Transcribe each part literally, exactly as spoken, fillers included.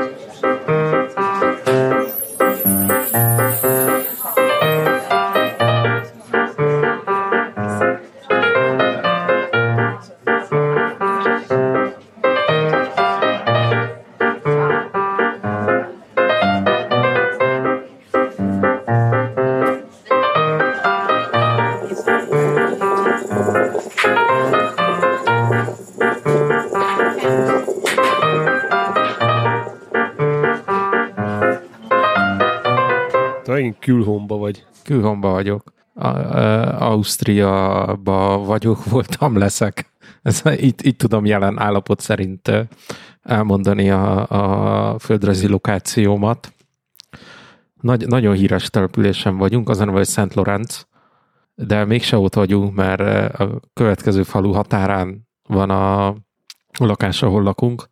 Külhomba vagy. Külhomba vagyok. A, a, Ausztriaba vagyok, voltam, leszek. Ez, itt, itt tudom jelen állapot szerint elmondani a, a földrajzi lokációmat. Nagy, nagyon híres településen vagyunk, azon vagy Szent Lorenz, de mégse ott vagyunk, mert a következő falu határán van a lakás, ahol lakunk.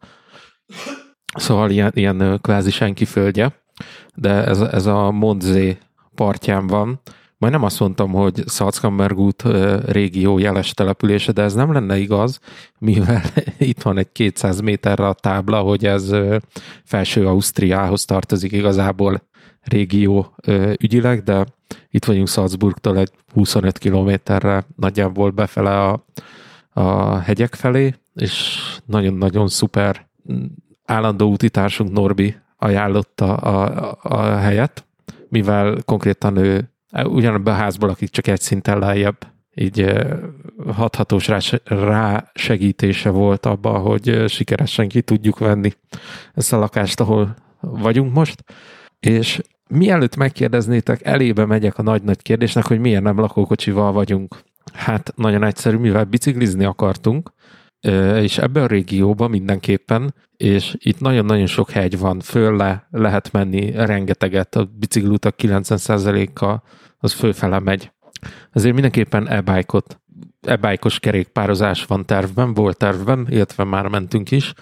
Szóval ilyen, ilyen kvázi senki földje, de ez, ez a Mondzé partján van. Majd nem azt mondtam, hogy Salzkammergut régió jeles települése, de ez nem lenne igaz, mivel itt van egy kétszáz méterre a tábla, hogy ez Felső Ausztriához tartozik igazából régió ügyileg, de itt vagyunk Salzburgtól egy huszonöt kilométerre nagyjából befele a, a hegyek felé, és nagyon-nagyon szuper állandó útitársunk Norbi ajánlotta a, a, a helyet, mivel konkrétan ő ugyanabban a házból, akik csak egy szinten lejjebb, így hathatós rá, rá segítése volt abban, hogy sikeresen ki tudjuk venni ezt a lakást, ahol vagyunk most. És mielőtt megkérdeznétek, elébe megyek a nagy-nagy kérdésnek, hogy miért nem lakókocsival vagyunk. Hát nagyon egyszerű, mivel biciklizni akartunk, és ebben a régióban mindenképpen, és itt nagyon-nagyon sok hegy van, föl le lehet menni rengeteget, a biciklutak kilencven százaléka az fölfele megy. Ezért mindenképpen e-bike-ot, e-bike-os kerékpározás van tervben, volt tervben, illetve már mentünk is,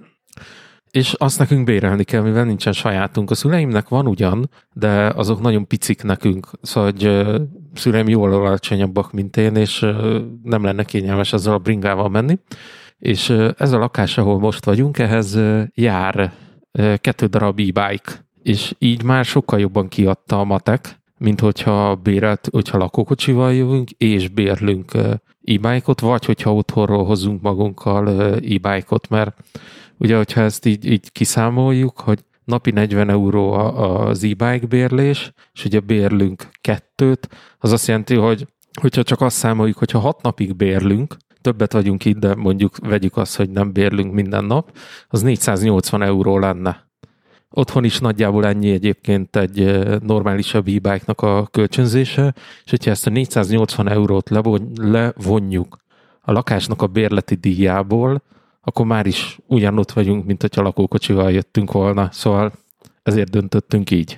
és azt nekünk bérelni kell, mivel nincsen sajátunk. A szüleimnek van ugyan, de azok nagyon picik nekünk, szóval hogy szüleim jól alacsonyabbak, mint én, és nem lenne kényelmes ezzel a bringával menni. És ez a lakás, ahol most vagyunk, ehhez jár kettő darab e-bike, és így már sokkal jobban kiadta a matek, mint hogyha bérelt, hogyha lakókocsival jövünk, és bérlünk e-bike-ot, vagy hogyha otthonról hozunk magunkkal e-bike-ot, mert ugye, hogyha ezt így, így kiszámoljuk, hogy napi negyven euró az e-bike bérlés, és ugye bérlünk kettőt, az azt jelenti, hogy hogyha csak azt számoljuk, hogyha hat napig bérlünk, többet vagyunk itt, de mondjuk vegyük azt, hogy nem bérlünk minden nap, az négyszáznyolcvan euró lenne. Otthon is nagyjából ennyi egyébként egy normálisabb e-bike-nak a kölcsönzése, és hogyha ezt a négyszáznyolcvan eurót levonjuk a lakásnak a bérleti díjából, akkor már is ugyanott vagyunk, mint hogyha lakókocsival jöttünk volna, szóval ezért döntöttünk így.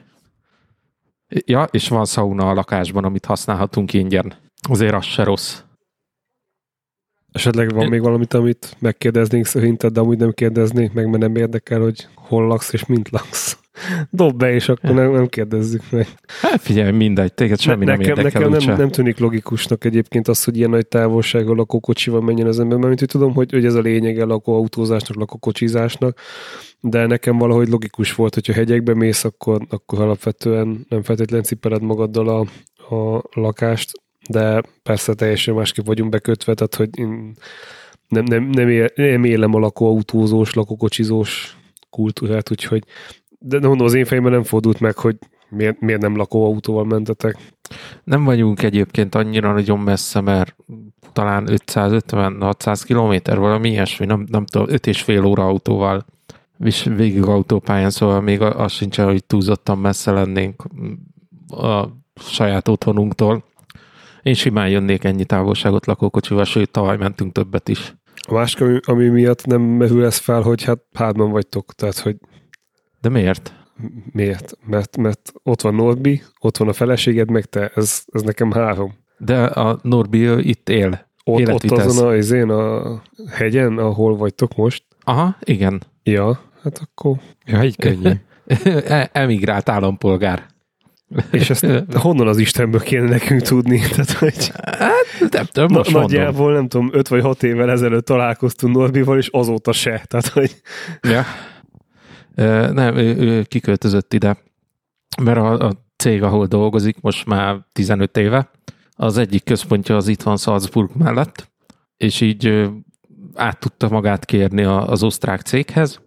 Ja, és van szauna a lakásban, amit használhatunk ingyen. Azért az se rossz. Esetleg van Én... még valamit, amit megkérdeznénk szerinted, de amúgy nem kérdeznék meg, mert nem érdekel, hogy hol laksz és mint laksz. Dob be, és akkor nem, nem kérdezzük meg. Hát figyelj, mindegy, téged semmi ne, nekem, nem érdekel. Nekem nem, nem tűnik logikusnak egyébként az, hogy ilyen nagy távolsággal lakókocsival menjen az ember, mert tudom, hogy, hogy ez a lényege lakóautózásnak, lakókocsizásnak, de nekem valahogy logikus volt, hogyha hegyekbe mész, akkor, akkor alapvetően nem feltétlenül cipeled magaddal a, a lakást, de persze teljesen másképp vagyunk bekötve, tehát hogy én nem, nem, nem, él, nem élem a lakóautózós, lakókocsizós kultúrát, úgyhogy de mondom, az én fejemben nem fordult meg, hogy miért, miért nem lakóautóval mentetek. Nem vagyunk egyébként annyira nagyon messze, mert talán ötszázötven-hatszáz kilométer, valami ilyesmi, nem, nem tudom, öt és fél óra autóval végig autópályán, szóval még az sincs, hogy túlzottan messze lennénk a saját otthonunktól. Én simán jönnék ennyi távolságot lakókocsival, sőt, tavaly mentünk többet is. A másik, ami, ami miatt nem merül ez fel, hogy hát hátban vagytok, tehát, hogy de miért? Miért? Mert, mert ott van Norbi, ott van a feleséged, meg te, ez, ez nekem három. De a Norbi itt él. Ott, ott azon a, izén, a hegyen, ahol vagytok most? Aha, igen. Ja, hát akkor... Ja, így könnyű. Emigrált állampolgár. És ezt honnan az Istenből kéne nekünk tudni? Tehát, hogy hát, nem tudom, most na, nagyjából nem tudom, öt vagy hat évvel ezelőtt találkoztunk Norbival, és azóta se. Tehát, hogy... Ja. Nem, ő, ő kiköltözött ide, mert a, a cég, ahol dolgozik, most már tizenöt éve, az egyik központja az itt van Salzburg mellett, és így át tudta magát kérni az osztrák céghez.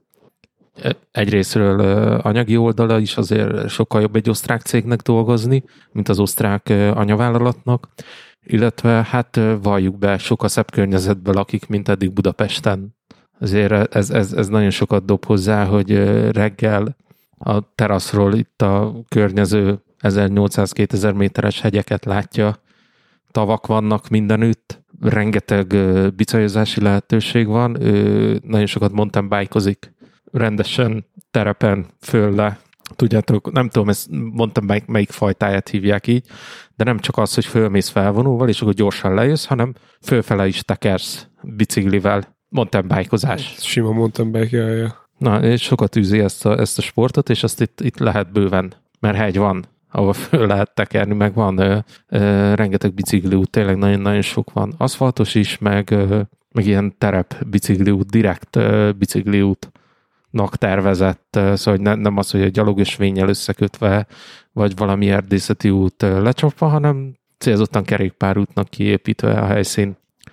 Egyrésztről anyagi oldala is azért sokkal jobb egy osztrák cégnek dolgozni, mint az osztrák anyavállalatnak, illetve hát valljuk be, sokkal szebb környezetben lakik, mint eddig Budapesten. Azért ez, ez, ez nagyon sokat dob hozzá, hogy reggel a teraszról itt a környező ezernyolcszáz-kétezer méteres hegyeket látja, tavak vannak mindenütt, rengeteg bicajlozási lehetőség van, nagyon sokat mountain bike-ozik, rendesen terepen föl le. Tudjátok, nem tudom, ezt mondtam, melyik, melyik fajtáját hívják így, de nem csak az, hogy fölmész felvonóval, és akkor gyorsan lejössz, hanem fölfele is tekersz biciklivel. Mountain bike-ozás. Sima mountain bike-jelje. Na, és sokat űzi ezt a, ezt a sportot, és azt itt, itt lehet bőven, mert hegy van, ahol föl lehet tekerni, meg van ö, ö, rengeteg bicikliút, tényleg nagyon-nagyon sok van. Aszfaltos is, meg, ö, meg ilyen terep bicikliút, direkt ö, bicikliútnak tervezett, ö, szóval ne, nem az, hogy a gyalogösvénnyel összekötve, vagy valami erdészeti út ö, lecsapva, hanem célzottan kerékpárútnak kiépítve a helyszín.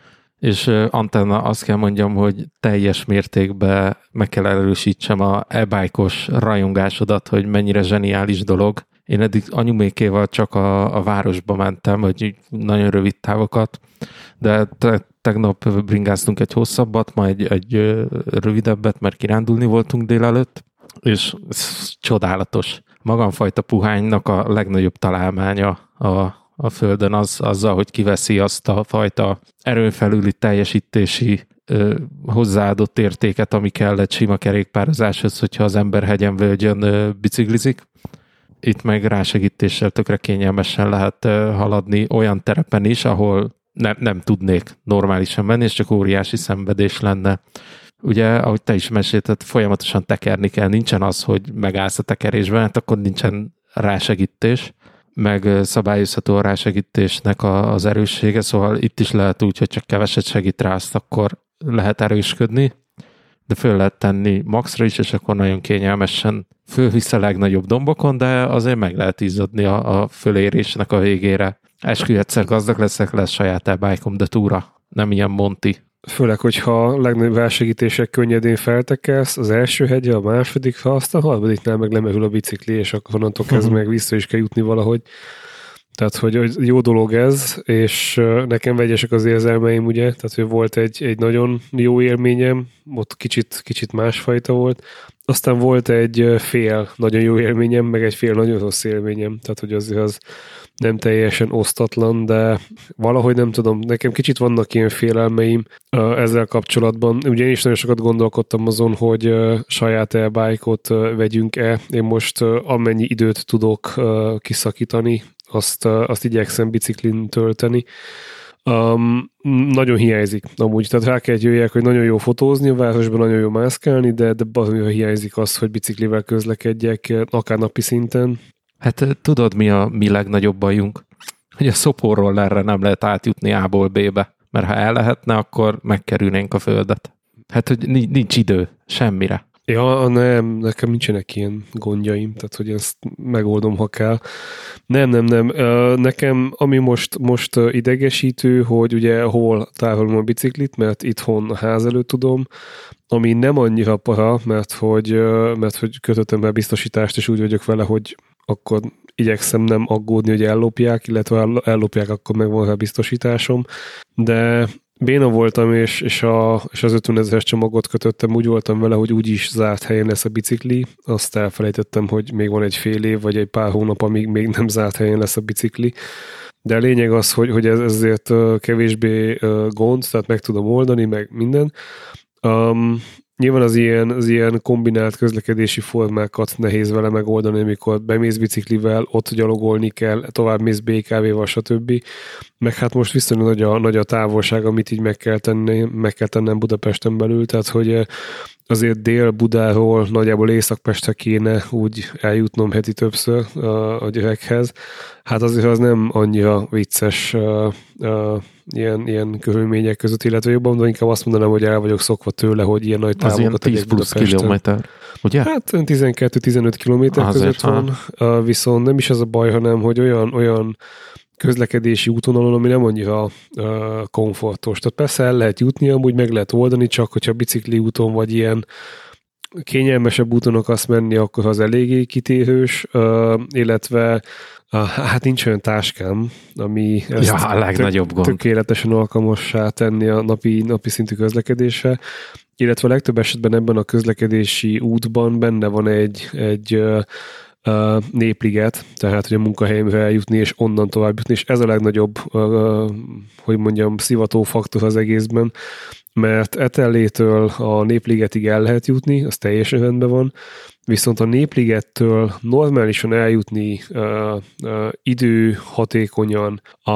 És Antenna, azt kell mondjam, hogy teljes mértékben meg kell erősítsem a e-bike-os rajongásodat, hogy mennyire zseniális dolog. Én eddig anyumékéval csak a, a városba mentem, vagy nagyon rövid távokat, de te, tegnap bringáztunk egy hosszabbat, majd egy, egy rövidebbet, mert kirándulni voltunk délelőtt, és ez csodálatos. Magamfajta puhánynak a legnagyobb találmánya a a földön az, azzal, hogy kiveszi azt a fajta erőn felüli teljesítési ö, hozzáadott értéket, ami kell egy sima kerékpározáshoz, hogyha az ember hegyen völgyön ö, biciklizik. Itt meg rásegítéssel tökre kényelmesen lehet ö, haladni olyan terepen is, ahol ne, nem tudnék normálisan menni, és csak óriási szenvedés lenne. Ugye, ahogy te is mesélted, folyamatosan tekerni kell. Nincsen az, hogy megállsz a tekerésben, hát akkor nincsen rásegítés, meg szabályozható a rásegítésnek az erőssége, szóval itt is lehet úgy, hogy csak keveset segít rá, azt akkor lehet erősködni, de föl lehet tenni maxra is, és akkor nagyon kényelmesen fölvisz a legnagyobb dombokon, de azért meg lehet izzadni a, a fölérésnek a végére. Eskü egyszer gazdag leszek, lesz saját e-bike-om, de túra, nem ilyen Monti. Főleg, hogyha a legnagyobb rásegítések könnyedén feltekelsz, az első hegye, a második, ha azt a harmadiknál meg lemehül a bicikli, és akkor onnantól kezdve meg vissza is kell jutni valahogy. Tehát, hogy jó dolog ez, és nekem vegyesek az érzelmeim, ugye, tehát, hogy volt egy, egy nagyon jó élményem, ott kicsit, kicsit másfajta volt. Aztán volt egy fél nagyon jó élményem, meg egy fél nagyon rossz élményem, tehát, hogy azért az nem teljesen osztatlan, de valahogy nem tudom, nekem kicsit vannak ilyen félelmeim ezzel kapcsolatban. Ugye én is nagyon sokat gondolkodtam azon, hogy saját e-bike-ot vegyünk-e. Én most amennyi időt tudok kiszakítani, azt, azt igyekszem biciklin tölteni. Um, nagyon hiányzik amúgy, tehát rá kell jöjjek, hogy nagyon jó fotózni a városban, nagyon jó mászkálni, de, de bazonra hiányzik az, hogy biciklivel közlekedjek, akár napi szinten. Hát tudod, mi a mi legnagyobb bajunk? Hogy a szoporról erre nem lehet átjutni A-ból B-be, mert ha el lehetne, akkor megkerülnénk a földet. Hát, hogy nincs idő semmire. Ja, nem, nekem nincsenek ilyen gondjaim, tehát hogy ezt megoldom, ha kell. Nem, nem, nem. Nekem, ami most, most idegesítő, hogy ugye hol tárolom a biciklit, mert itthon a ház előtt tudom, ami nem annyira para, mert hogy, mert hogy kötöttem be biztosítást, és úgy vagyok vele, hogy akkor igyekszem nem aggódni, hogy ellopják, illetve ha ellopják, akkor meg van rá biztosításom, de béna voltam, és, és, a, és az ötvenezeres csomagot kötöttem, úgy voltam vele, hogy úgyis zárt helyen lesz a bicikli, azt elfelejtettem, hogy még van egy fél év, vagy egy pár hónap, amíg még nem zárt helyen lesz a bicikli. De a lényeg az, hogy, hogy ez ezért kevésbé gond, tehát meg tudom oldani, meg minden. Um, Nyilván az ilyen, az ilyen kombinált közlekedési formákat nehéz vele megoldani, amikor bemész biciklivel, ott gyalogolni kell, tovább mész bé ká vé-val, stb. Meg hát most viszonylag nagy a, nagy a távolság, amit így meg kell tenni, meg kell tennem Budapesten belül, tehát hogy azért Dél-Budáról nagyjából Észak-Pestre kéne úgy eljutnom heti többször a, a gyerekhez. Hát azért az nem annyira vicces uh, ilyen, ilyen körülmények között, illetve jobban, de inkább azt mondanám, hogy el vagyok szokva tőle, hogy ilyen nagy távokat tegyek Budapesten. kilométer, ugye? Hát tizenkettő-tizenöt kilométer között ha. van, uh, viszont nem is az a baj, hanem, hogy olyan, olyan közlekedési útvonalon, ami nem annyira uh, komfortos. Tehát persze el lehet jutni, amúgy meg lehet oldani, csak hogyha bicikli úton vagy ilyen kényelmesebb úton akarsz menni, akkor az eléggé kitérős, uh, illetve uh, hát nincs olyan táskám, ami ezt ja, a legnagyobb tök, gond. tökéletesen alkalmassá tenni a napi, napi szintű közlekedésre, illetve a legtöbb esetben ebben a közlekedési útban benne van egy, egy uh, Uh, népliget, tehát hogy a munkahelyemre eljutni, és onnan tovább jutni, és ez a legnagyobb, uh, hogy mondjam, szivató faktor az egészben, mert Etellétől a népligetig el lehet jutni, az teljesen rendben van, viszont a népligettől normálisan eljutni uh, uh, időhatékonyan a,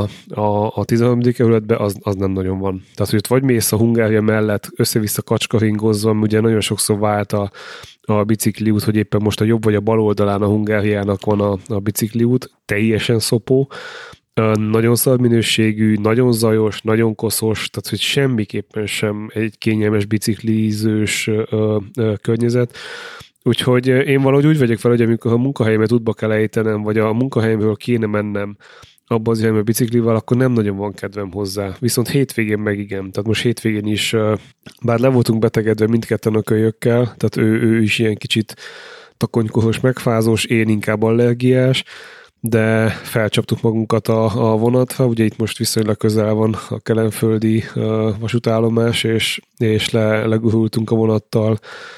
a, a tizenharmadik kerületbe, az, az nem nagyon van. Tehát, hogy ott vagy mész a Hungária mellett, össze-vissza kacskaringozva, ugye nagyon sokszor vált a, a bicikliút, hogy éppen most a jobb vagy a bal oldalán a Hungáriának van a, a bicikliút, teljesen szopó, nagyon szar minőségű, nagyon zajos, nagyon koszos, tehát hogy semmiképpen sem egy kényelmes biciklizős ö, ö, környezet. Úgyhogy én valahogy úgy vagyok fel, hogy amikor a munkahelyemet útba kell ejtenem, vagy a munkahelyemről kéne mennem abba az irányba biciklivel, akkor nem nagyon van kedvem hozzá. Viszont hétvégén meg igen. Tehát most hétvégén is, bár le voltunk betegedve mindketten a kölyökkel, tehát ő, ő is ilyen kicsit takonykohos, megfázós, én inkább allergiás, de felcsaptuk magunkat a, a vonatra, ugye itt most viszonylag közel van a kelenföldi uh, vasútállomás, és, és le, legurultunk a vonattal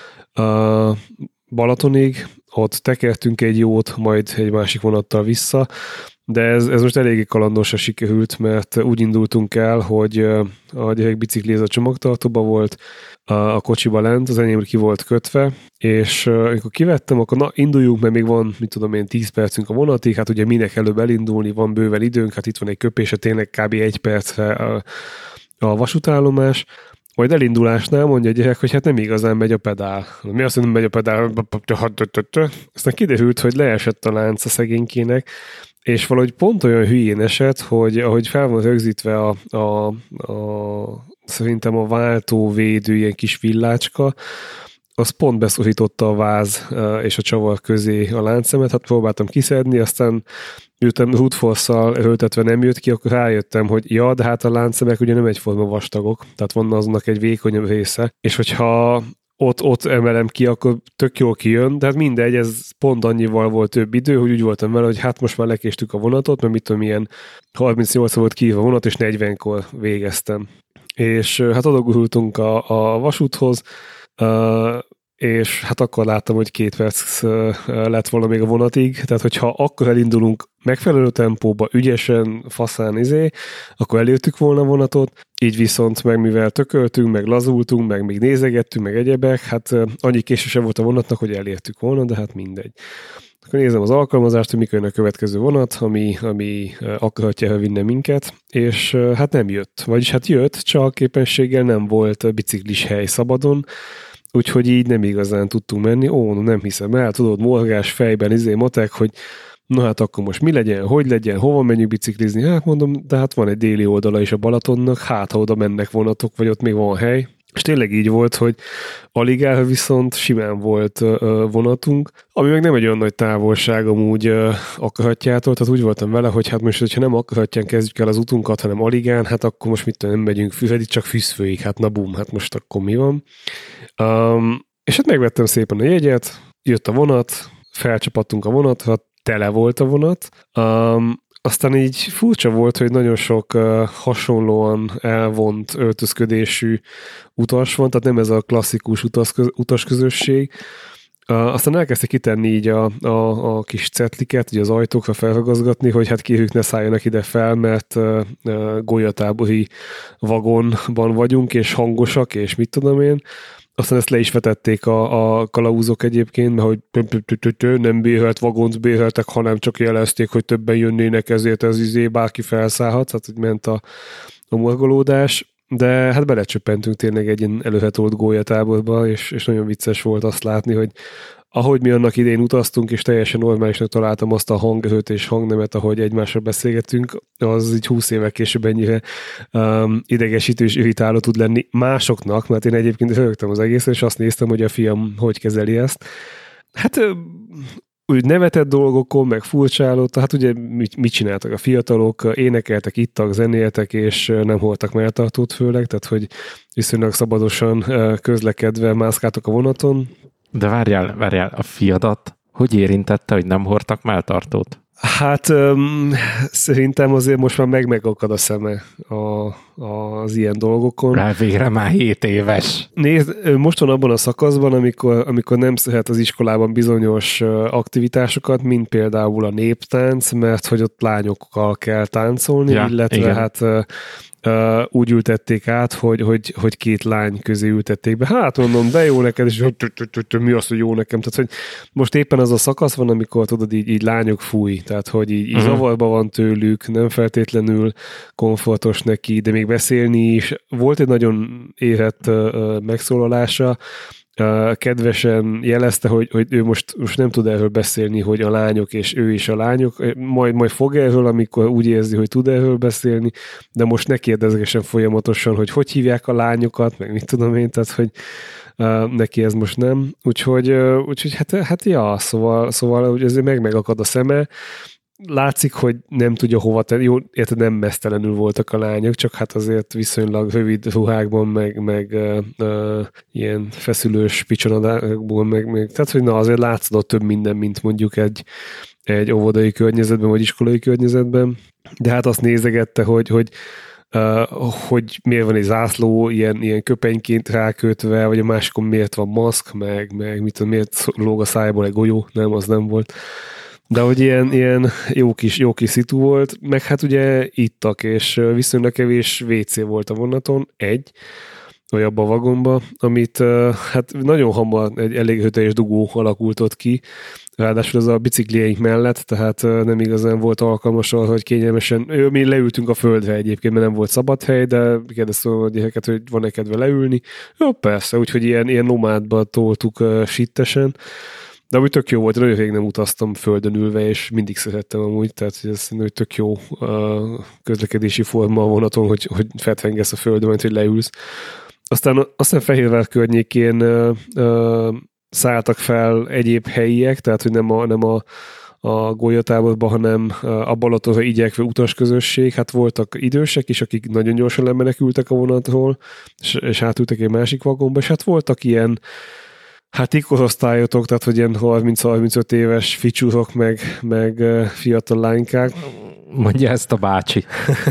uh, Balatonig, ott tekertünk egy jót, majd egy másik vonattal vissza, de ez, ez most eléggé kalandosra sikerült, mert úgy indultunk el, hogy a gyerek bicikli ez a csomagtartóba volt, a kocsiba lent, az enyém ki volt kötve, és amikor kivettem, akkor na, induljunk, mert még van, mit tudom én, tíz percünk a vonatig, hát ugye minek előbb elindulni, van bőven időnk, hát itt van egy köpése, tényleg kb. Egy percre a, a vasútállomás, majd elindulásnál mondja a gyerek, hogy hát nem igazán megy a pedál. Mi azt, hogy nem megy a pedál? Aztán kiderült, hogy leesett a lánc a szegénykének, és valahogy pont olyan hülyén esett, hogy ahogy fel van rögzítve a, a, a szerintem a váltóvédő ilyen kis villácska, az pont beszorította a váz és a csavar közé a láncemet, hát próbáltam kiszedni, aztán ültem rúdforszal öltetve nem jött ki, akkor rájöttem, hogy ja, de hát a láncemek ugye nem egyforma vastagok, tehát van aznak egy vékonyabb része, és hogyha ott, ott emelem ki, akkor tök jól kijön, de hát mindegy, ez pont annyival volt több idő, hogy úgy voltam vele, hogy hát most már lekéstük a vonatot, mert mit tudom, ilyen harmincnyolc volt kiírva a vonat, és negyvenkor végeztem. És hát odagurultunk a, a vasúthoz, Uh, és hát akkor láttam, hogy két perc uh, lett volna még a vonatig, tehát hogyha akkor elindulunk megfelelő tempóba, ügyesen, faszán izé, akkor elértük volna a vonatot, így viszont meg mivel tököltünk, meg lazultunk, meg még nézegettünk, meg egyebek, hát uh, annyi késése volt a vonatnak, hogy elértük volna, de hát mindegy. Akkor nézem az alkalmazást, hogy mikor jön a következő vonat, ami, ami akarhatja elvinni minket, és uh, hát nem jött. Vagyis hát jött, csak éppenséggel nem volt biciklis hely szabadon, úgyhogy így nem igazán tudtunk menni. Ó, nem hiszem el, tudod, morgás fejben izé matek, hogy na hát akkor most mi legyen, hogy legyen, hova menjünk biciklizni? Hát mondom, de hát van egy déli oldala is a Balatonnak, hát ha oda mennek vonatok, vagy ott még van hely. És tényleg így volt, hogy Aligára viszont simán volt uh, vonatunk, ami meg nem egy olyan nagy távolság amúgy uh, Akarhattyától, tehát úgy voltam vele, hogy hát most, hogyha nem Akarhattyán kezdjük el az utunkat, hanem Aligán, hát akkor most mit tudom, nem megyünk Füred, csak Füszfőig, hát na bum, hát most akkor mi van. Um, és hát megvettem szépen a jegyet, jött a vonat, felcsapattunk a vonatra, tele volt a vonat, um, aztán így furcsa volt, hogy nagyon sok uh, hasonlóan elvont öltözködésű utas van, tehát nem ez a klasszikus utasközösség. Uh, aztán elkezdte kitenni így a, a, a kis cetliket, így az ajtókra felragazgatni, hogy hát kérjük ne szálljanak ide fel, mert uh, uh, golyatábori vagonban vagyunk, és hangosak, és mit tudom én. Aztán ezt le is vetették a, a kalauzok egyébként, mert hogy nem bérelt vagont béreltek, hanem csak jelezték, hogy többen jönnének, ezért ez izé bárki felszállhat, tehát hogy ment a, a morgolódás, de hát belecsöppentünk tényleg egy ilyen előretolt gólyatáborba, és, és nagyon vicces volt azt látni, hogy ahogy mi annak idején utaztunk, és teljesen normálisnak találtam azt a hangöt és hangnemet, ahogy egymásra beszélgetünk, az így húsz évek később ennyire um, idegesítő és irritáló tud lenni másoknak, mert én egyébként rögtem az egészen, és azt néztem, hogy a fiam hogy kezeli ezt. Hát úgy nevetett dolgokon, meg furcsálott, hát ugye mit, mit csináltak a fiatalok, énekeltek, ittak, zenéltek, és nem hordtak melltartót főleg, tehát hogy viszonylag szabadosan közlekedve mászkáltak a vonaton. De várjál, várjál, a fiadat hogy érintette, hogy nem hordtak melltartót? Hát um, szerintem azért most már meg-megakad a szeme a, az ilyen dolgokon. Rá végre már hét éves. Nézd, most van abban a szakaszban, amikor, amikor nem szeret az iskolában bizonyos aktivitásokat, mint például a néptánc, mert hogy ott lányokkal kell táncolni, ja, illetve igen. hát Uh, úgy ültették át, hogy, hogy, hogy két lány közé ültették be. Hát mondom, de jó neked, és hogy mi az, hogy jó nekem. Tehát, hogy most éppen az a szakasz van, amikor tudod, így, így lányok fúj, tehát, hogy így, így uh-huh. zavarba van tőlük, nem feltétlenül komfortos neki, de még beszélni is. Volt egy nagyon érett uh, megszólalása, Uh, kedvesen jelezte, hogy, hogy ő most, most nem tud erről beszélni, hogy a lányok és ő is a lányok, majd, majd fog erről, amikor úgy érzi, hogy tud erről beszélni, de most ne kérdezgessen folyamatosan, hogy hogy hívják a lányokat, meg mit tudom én, tehát hogy uh, neki ez most nem. Úgyhogy, uh, úgyhogy hát, hát ja, szóval, szóval hogy ezért meg megakad a szeme. Látszik, hogy nem tudja hova tenni. Jó, érted, nem mesztelenül voltak a lányok, csak hát azért viszonylag rövid ruhákban, meg, meg uh, uh, ilyen feszülős picsonadákból, meg, meg tehát, hogy na, azért látszott több minden, mint mondjuk egy, egy óvodai környezetben, vagy iskolai környezetben. De hát azt nézegette, hogy, hogy Uh, hogy miért van egy zászló ilyen, ilyen köpenyként rákötve, vagy a másikon miért van maszk, meg, meg mit tudom, miért lóg a szájból egy golyó, nem, az nem volt. De hogy ilyen, ilyen jó, kis, jó kis szitu volt, meg hát ugye ittak, és viszonylag kevés vé cé volt a vonaton, egy, vagy abban a vagomba, amit hát nagyon hamar egy elég hőteljes dugó alakult ott ki, ráadásul az a biciklieink mellett, tehát nem igazán volt alkalmas arra, hogy kényelmesen, mi leültünk a földre egyébként, mert nem volt szabad hely, de kérdeztem a gyerekeket, hogy van-e kedve leülni. Jó, persze, úgyhogy ilyen, ilyen nomádba toltuk uh, sittesen. De úgy tök jó volt, nagyon rég nem utaztam földön ülve, és mindig szerettem amúgy, tehát hogy ez szerintem, hogy tök jó uh, közlekedési forma a vonaton, hogy, hogy fetrengesz a földön, majd hogy leülsz. Aztán aztán Fehérvár környékén uh, uh, szálltak fel egyéb helyiek, tehát hogy nem a, nem a, a golyatáborban, hanem a Balatonra igyekvő utasközösség. Hát voltak idősek is, akik nagyon gyorsan lemenekültek a vonatról, és, és átültek egy másik vagomba, és hát voltak ilyen hát ikorosztályotok, tehát hogy ilyen harminc-harmincöt éves ficsúrok, meg, meg fiatal lánykák. Mondja ezt a bácsi.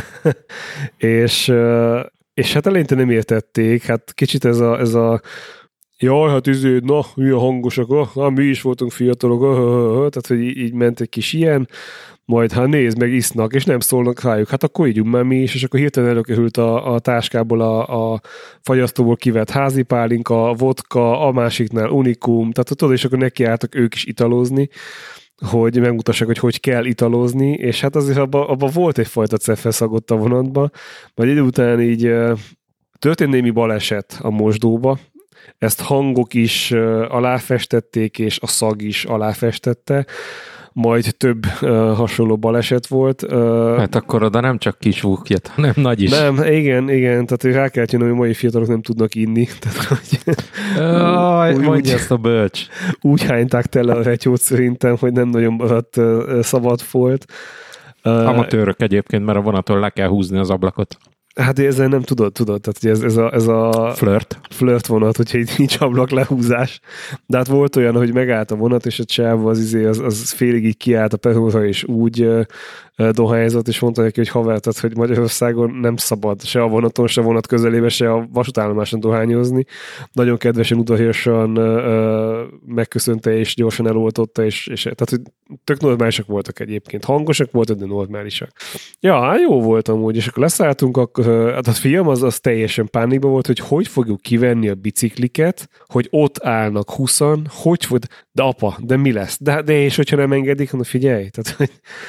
és, és hát eleinte nem értették, hát kicsit ez a, ez a jaj, hát izé, na, milyen hangosak, oh, mi is voltunk fiatalok, oh, oh, oh, tehát hogy így, így ment egy kis ilyen, majd hát nézd meg, isznak, és nem szólnak rájuk, hát akkor ígyunk már mi is, és akkor hirtelen előkerült a, a táskából a, a fagyasztóból kivett házi pálinka, a vodka, a másiknál unikum, tehát tudod, és akkor nekiálltak ők is italozni, hogy megmutassák, hogy hogy kell italozni, és hát azért abban abba volt egyfajta ceffeszagott a vonatban, majd idő után így történt némi baleset a mosdóba, ezt hangok is aláfestették, és a szag is aláfestette, majd több uh, hasonló baleset volt. Uh, hát akkor oda nem csak kis vúk jött, hanem nagy is. Nem, igen, igen, tehát rá kell jönnöm, hogy mai fiatalok nem tudnak inni. Tehát, hogy Aj, úgy, mondja ezt a bölcs. Úgy hányták tele a retyót szerintem, hogy nem nagyon maradt uh, szabad folt. Uh, Amatőrök egyébként, mert a vonaton le kell húzni az ablakot. Hát ezzel nem tudod, tudod, tehát ez, ez a, ez a flirt. flirt vonat, hogyha itt nincs ablak lehúzás. De hát volt olyan, hogy megállt a vonat, és a csáv az, izé, az, az félig így kiállt a peróra, és úgy uh, dohányzott, és mondta neki, hogy haver, tehát, hogy Magyarországon nem szabad se a vonaton, se a vonat közelébe, se a vasútállomáson dohányozni. Nagyon kedvesen, udvariasan uh, megköszönte, és gyorsan eloltotta, és, és tehát, hogy tök normálisak voltak egyébként. Hangosak voltak, de normálisak. Ja, hát jó volt amúgy, és akkor leszálltunk, akkor hát a fiam az, az teljesen pánikban volt, hogy hogy fogjuk kivenni a bicikliket, hogy ott állnak huszan, hogy fog, de apa, de mi lesz? De, de és hogyha nem engedik, hanem figyelj, tehát, hogy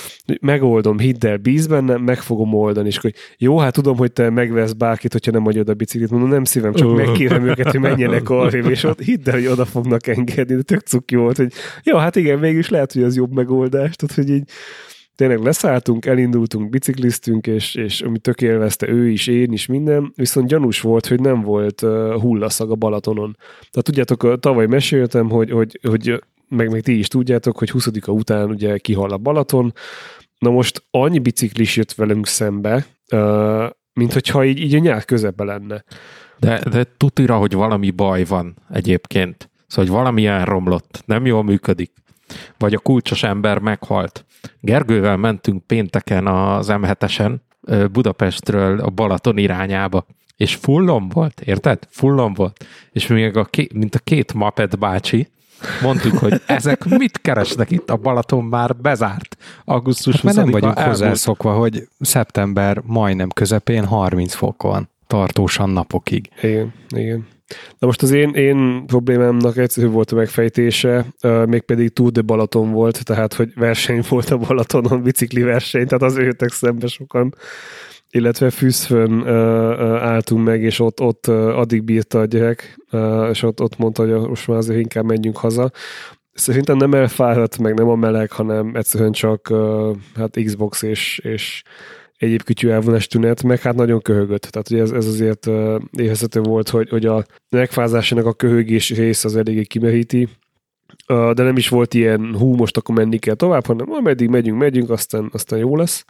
megoldom, hidd el, bíz bennem, meg fogom oldani, és hogy jó, hát tudom, hogy te megvesz bárkit, hogyha nem adod a biciklit, mondom, nem szívem, csak megkérem őket, hogy menjenek arrébb, és ott hidd el, hogy oda fognak engedni, de tök cuki volt, hogy jó, hát igen, mégis lehet, hogy az jobb megoldás, tehát, hogy így tényleg leszálltunk, elindultunk, bicikliztünk, és, és ami tök élvezte ő is, én is, minden, viszont gyanús volt, hogy nem volt uh, hullaszag a Balatonon. Tehát tudjátok, tavaly meséltem, hogy, hogy, hogy meg, meg ti is tudjátok, hogy huszadika után ugye kihal a Balaton. Na most annyi biciklis jött velünk szembe, uh, mint hogyha így, így a nyár közepe lenne. De, de tutira, hogy valami baj van egyébként. Szóval, hogy valami elromlott, nem jól működik. Vagy a kulcsos ember meghalt. Gergővel mentünk pénteken az em hetesen Budapestről a Balaton irányába, és fullon volt, érted? Fullon volt. És még a ké, mint a két Muppet bácsi, mondtuk, hogy ezek mit keresnek itt, a Balaton már bezárt. Augusztus hát nem vagyunk elmúlt. hozzászokva, hogy szeptember majdnem közepén harminc fok van, tartósan napokig. Igen, igen. Na most az én, én problémámnak egyszerű volt a megfejtése, mégpedig Tour de Balaton volt, tehát hogy verseny volt a Balatonon, bicikli verseny, tehát az jöttek szembe sokan, illetve Fűszfön álltunk meg, és ott, ott addig bírta a gyerek, és ott, ott mondta, hogy most már azért inkább menjünk haza. Szerintem nem elfáradt meg, nem a meleg, hanem egyszerűen csak hát Xbox és, és egyéb kütyű elvonás tünet, meg hát nagyon köhögött. Tehát ugye ez, ez azért uh, érezhető volt, hogy, hogy a megfázásának a köhögés rész az eléggé kimeríti, uh, de nem is volt ilyen hú, most akkor menni kell tovább, hanem ameddig megyünk, megyünk, aztán, aztán jó lesz.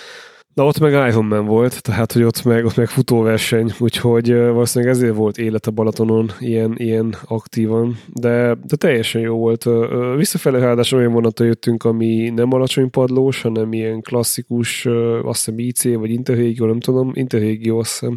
Na ott meg Ironman volt, tehát hogy ott meg, ott meg futóverseny, úgyhogy uh, valószínűleg ezért volt élet a Balatonon ilyen, ilyen aktívan, de, de teljesen jó volt. Uh, visszafele ráadásul olyan vonatra jöttünk, ami nem alacsony padlós, hanem ilyen klasszikus, uh, azt hiszem í cé vagy Interregio, nem tudom, Interregio azt hiszem,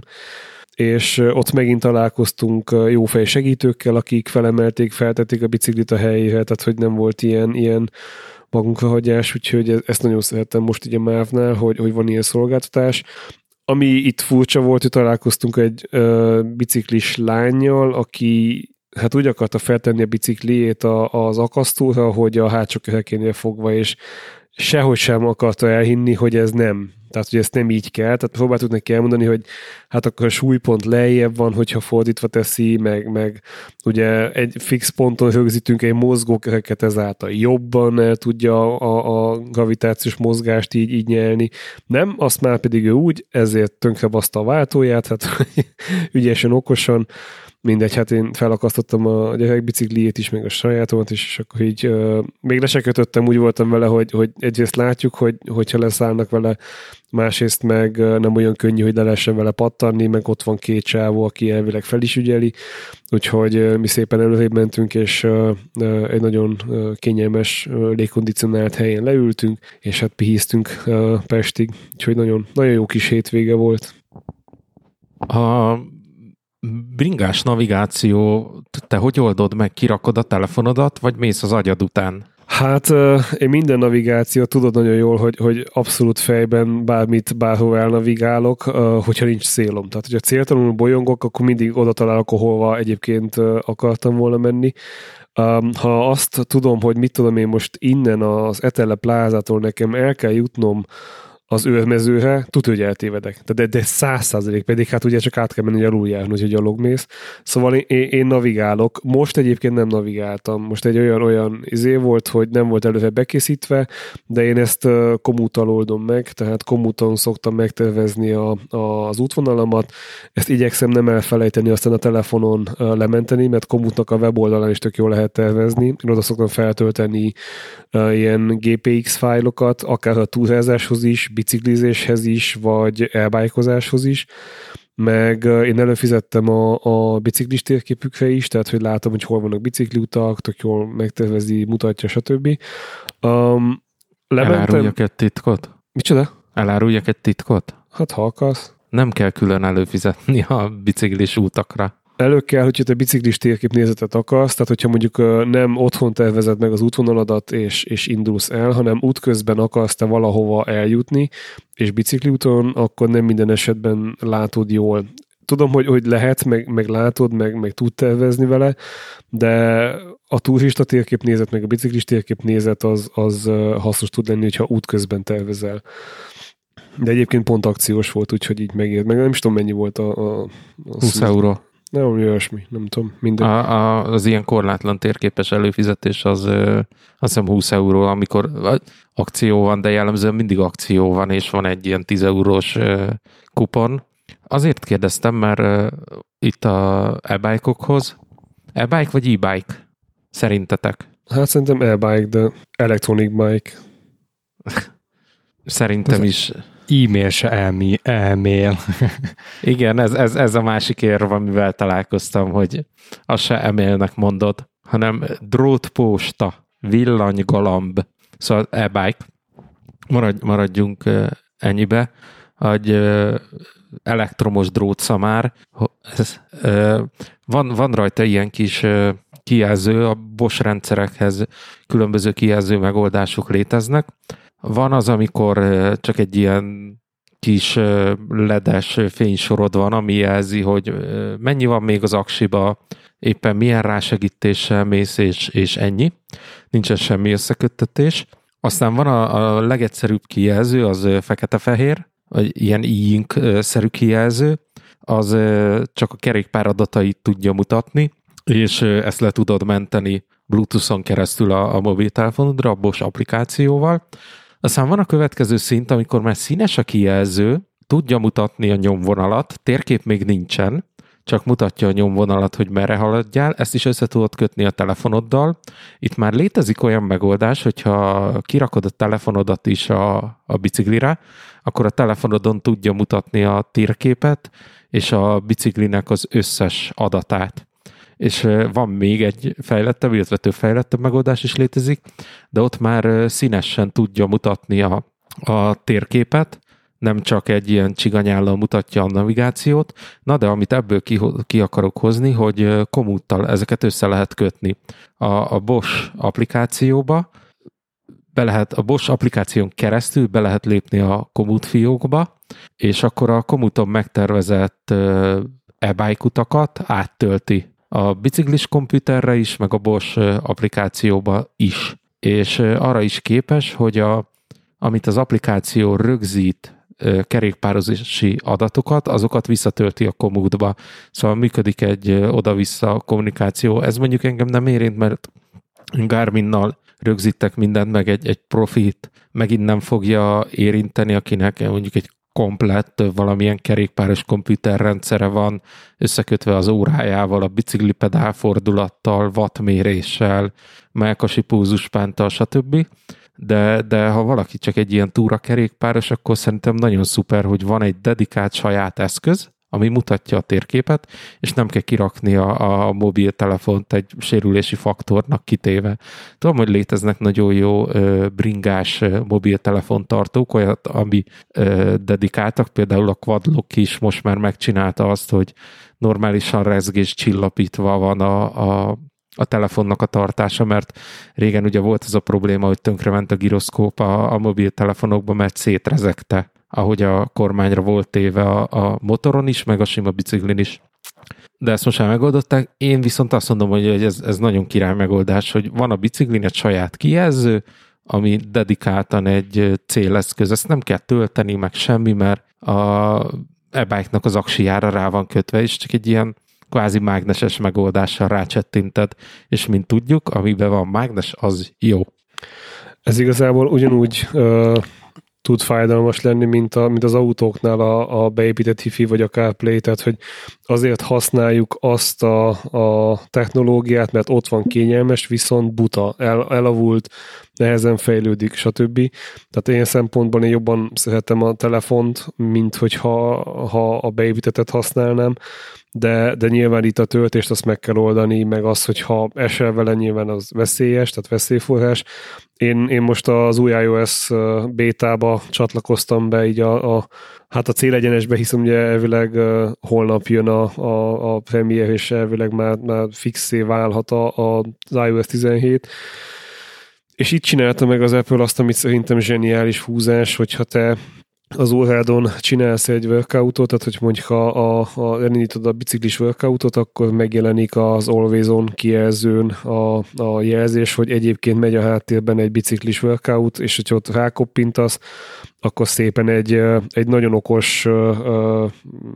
és uh, ott megint találkoztunk uh, jó fej segítőkkel, akik felemelték, feltették a biciklit a helyére, tehát hogy nem volt ilyen, ilyen magunkra hagyás, úgyhogy ezt nagyon szerettem most így a MÁV-nál, hogy, hogy van ilyen szolgáltatás. Ami itt furcsa volt, hogy találkoztunk egy ö, biciklis lánnyal, aki hát úgy akarta feltenni a bicikliét a, az akasztóra, hogy a hátsó kerekénél fogva, és sehogy sem akarta elhinni, hogy ez nem. Tehát, hogy ezt nem így kell. Tehát próbáltuk neki elmondani, hogy hát akkor a súlypont lejjebb van, hogyha fordítva teszi, meg, meg ugye egy fix ponton rögzítünk egy mozgókereket, ezáltal jobban el tudja a, a gravitációs mozgást így, így nyelni. Nem, azt már pedig ő úgy, ezért tönkre baszta a váltóját, hát ügyesen, okosan, mindegy, hát én felakasztottam a gyerek bicikliét is, meg a sajátomat is, és akkor így uh, még le se kötöttem, úgy voltam vele, hogy, hogy egyrészt látjuk, hogy, hogyha leszállnak vele, másrészt meg uh, nem olyan könnyű, hogy le lehessen vele pattanni, meg ott van két csávó, aki elvileg fel is ügyeli, úgyhogy uh, mi szépen előrébb mentünk, és uh, uh, egy nagyon uh, kényelmes, uh, légkondicionált helyen leültünk, és hát pihéztünk uh, Pestig, úgyhogy nagyon, nagyon jó kis hétvége volt. A bringás navigáció, te hogy oldod meg, kirakod a telefonodat, vagy mész az agyad után? Hát én minden navigáció, tudod nagyon jól, hogy, hogy abszolút fejben bármit, bárhol elnavigálok, hogyha nincs célom. Tehát, hogyha céltalanul bolyongok, akkor mindig oda találok, ahova egyébként akartam volna menni. Ha azt tudom, hogy mit tudom én most innen az Etele plázától nekem el kell jutnom az őrmezőre, tudja, hogy eltévedek. De, de száz százalék pedig, hát ugye csak át kell menni aluljárni, hogy gyalog mész. Szóval én, én navigálok. Most egyébként nem navigáltam. Most egy olyan, olyan izé volt, hogy nem volt előre bekészítve, de én ezt uh, komúttal oldom meg, tehát komúton szoktam megtervezni a, a, az útvonalamat. Ezt igyekszem nem elfelejteni, aztán a telefonon uh, lementeni, mert komútnak a weboldalán is tök jól lehet tervezni. Én oda szoktam feltölteni uh, ilyen gé pé iksz fájlokat, akár a túrázáshoz is, biciklizéshez is, vagy elbájkozáshoz is, meg én előfizettem a, a biciklis térképükre is, tehát hogy látom, hogy hol vannak bicikliutak, tök jól megtervezi, mutatja, stb. Um, lementem... Eláruljak egy titkot? Micsoda? Eláruljak egy titkot? Hát ha akarsz. Nem kell külön előfizetni a biciklis útakra. Elő kell, hogyha te biciklis térképnézetet akarsz, tehát hogyha mondjuk nem otthon tervezed meg az útvonaladat és, és indulsz el, hanem útközben akarsz te valahova eljutni, és bicikliúton, akkor nem minden esetben látod jól. tudom, hogy, hogy lehet, meg, meg látod, meg, meg tud tervezni vele, de a turista térképnézet, meg a biciklis térképnézet az, az hasznos tud lenni, hogyha útközben tervezel. De egyébként pont akciós volt, úgyhogy így megért. Meg nem is tudom, mennyi volt a... a, a húsz euró. Nem, olyasmi, nem tudom. Minden. A, a, az ilyen korlátlan térképes előfizetés az ö, azt hiszem húsz euró, amikor akció van, de jellemzően mindig akció van, és van egy ilyen tíz eurós ö, kupon. Azért kérdeztem, mert ö, itt a e-bike-okhoz e-bike vagy e-bike? Szerintetek? Hát szerintem e-bike, de electronic bike. Szerintem is. E-mail se e-mail. e-mail. Igen, ez, ez, ez a másik érv, amivel találkoztam, hogy az se e-mailnek mondod, hanem drótposta, villanygalamb, szóval e-bike. Maradj, maradjunk ennyibe, hogy elektromos drótszamár. Ez, van, van rajta ilyen kis kijelző, a Bosch rendszerekhez különböző kijelző megoldások léteznek. Van az, amikor csak egy ilyen kis ledes fénysorod van, ami jelzi, hogy mennyi van még az aksiba, éppen milyen rásegítéssel mész, és, és ennyi. Nincsen semmi összeköttetés. Aztán van a, a legegyszerűbb kijelző, az fekete-fehér, vagy ilyen e-ink-szerű kijelző, az csak a kerékpár adatait tudja mutatni, és ezt le tudod menteni Bluetooth-on keresztül a, a mobiltelefonodra, a Bosch applikációval. Aztán van a következő szint, amikor már színes a kijelző, tudja mutatni a nyomvonalat, térkép még nincsen, csak mutatja a nyomvonalat, hogy merre haladjál, ezt is össze tudod kötni a telefonoddal. Itt már létezik olyan megoldás, hogyha kirakod a telefonodat is a, a biciklire, akkor a telefonodon tudja mutatni a térképet, és a biciklinek az összes adatát. És van még egy fejlettebb, illetve több fejlettebb megoldás is létezik, de ott már színesen tudja mutatni a, a térképet, nem csak egy ilyen csiganyállal mutatja a navigációt, na de amit ebből ki, ki akarok hozni, hogy komúttal ezeket össze lehet kötni. A, a Bosch applikációba, be lehet, a Bosch applikáción keresztül be lehet lépni a komút fiókba, és akkor a komúton megtervezett e-bike utakat áttölti a biciklis komputerre is, meg a Bosch applikációba is. És arra is képes, hogy a, amit az applikáció rögzít kerékpározási adatokat, azokat visszatölti a komútba. Szóval működik egy oda-vissza kommunikáció. Ez mondjuk engem nem érint, mert Garminnal rögzítek mindent, meg egy, egy profit megint nem fogja érinteni, akinek mondjuk egy komplett valamilyen kerékpáros komputerrendszere van, összekötve az órájával, a biciklipedál fordulattal, wattméréssel, mellkasi pulzuspánttal, stb. De, de ha valaki csak egy ilyen túrakerékpáros, akkor szerintem nagyon szuper, hogy van egy dedikált saját eszköz, ami mutatja a térképet, és nem kell kirakni a, a mobiltelefont egy sérülési faktornak kitéve. Tudom, hogy léteznek nagyon jó ö, bringás mobiltelefontartók, olyat, ami ö, dedikáltak, például a Quadlock is most már megcsinálta azt, hogy normálisan rezgés csillapítva van a, a a telefonnak a tartása, mert régen ugye volt az a probléma, hogy tönkrement a giroszkóp a, a mobiltelefonokban, mert szétrezegte, ahogy a kormányra volt téve a, a motoron is, meg a sima biciklin is. De ezt most már megoldották. Én viszont azt mondom, hogy ez, ez nagyon király megoldás, hogy van a biciklin egy saját kijelző, ami dedikáltan egy céleszköz. Ezt nem kell tölteni, meg semmi, mert a e-bike-nak az aksijára rá van kötve, és csak egy ilyen kvázi mágneses megoldással rácsettinted, és mint tudjuk, amiben van mágnes, az jó. Ez igazából ugyanúgy uh, tud fájdalmas lenni, mint, a, mint az autóknál a, a beépített Hi-Fi vagy a CarPlay, tehát hogy azért használjuk azt a, a technológiát, mert ott van kényelmes, viszont buta, el, elavult, nehezen fejlődik, stb. Tehát én szempontból én jobban szeretem a telefont, mint hogyha ha a beépítettet használnám, de, de nyilván itt a töltést azt meg kell oldani, meg az, hogyha esel vele, nyilván az veszélyes, tehát veszélyforrás. Én, én most az új iOS bétába csatlakoztam be, így a, a, hát a célegyenesbe, hiszem ugye elvileg uh, holnap jön a, a, a Premiere, és elvileg már, már fixé válhat a, a, az iOS tizenhét. És itt csinálta meg az Apple azt, amit szerintem zseniális húzás, hogyha te az órádon csinálsz egy workoutot, tehát hogy mondjuk ha a, a, elindítod a biciklis workoutot, akkor megjelenik az Always On kijelzőn a, a jelzés, hogy egyébként megy a háttérben egy biciklis workout, és hogyha ott rákoppintasz, akkor szépen egy, egy nagyon okos uh,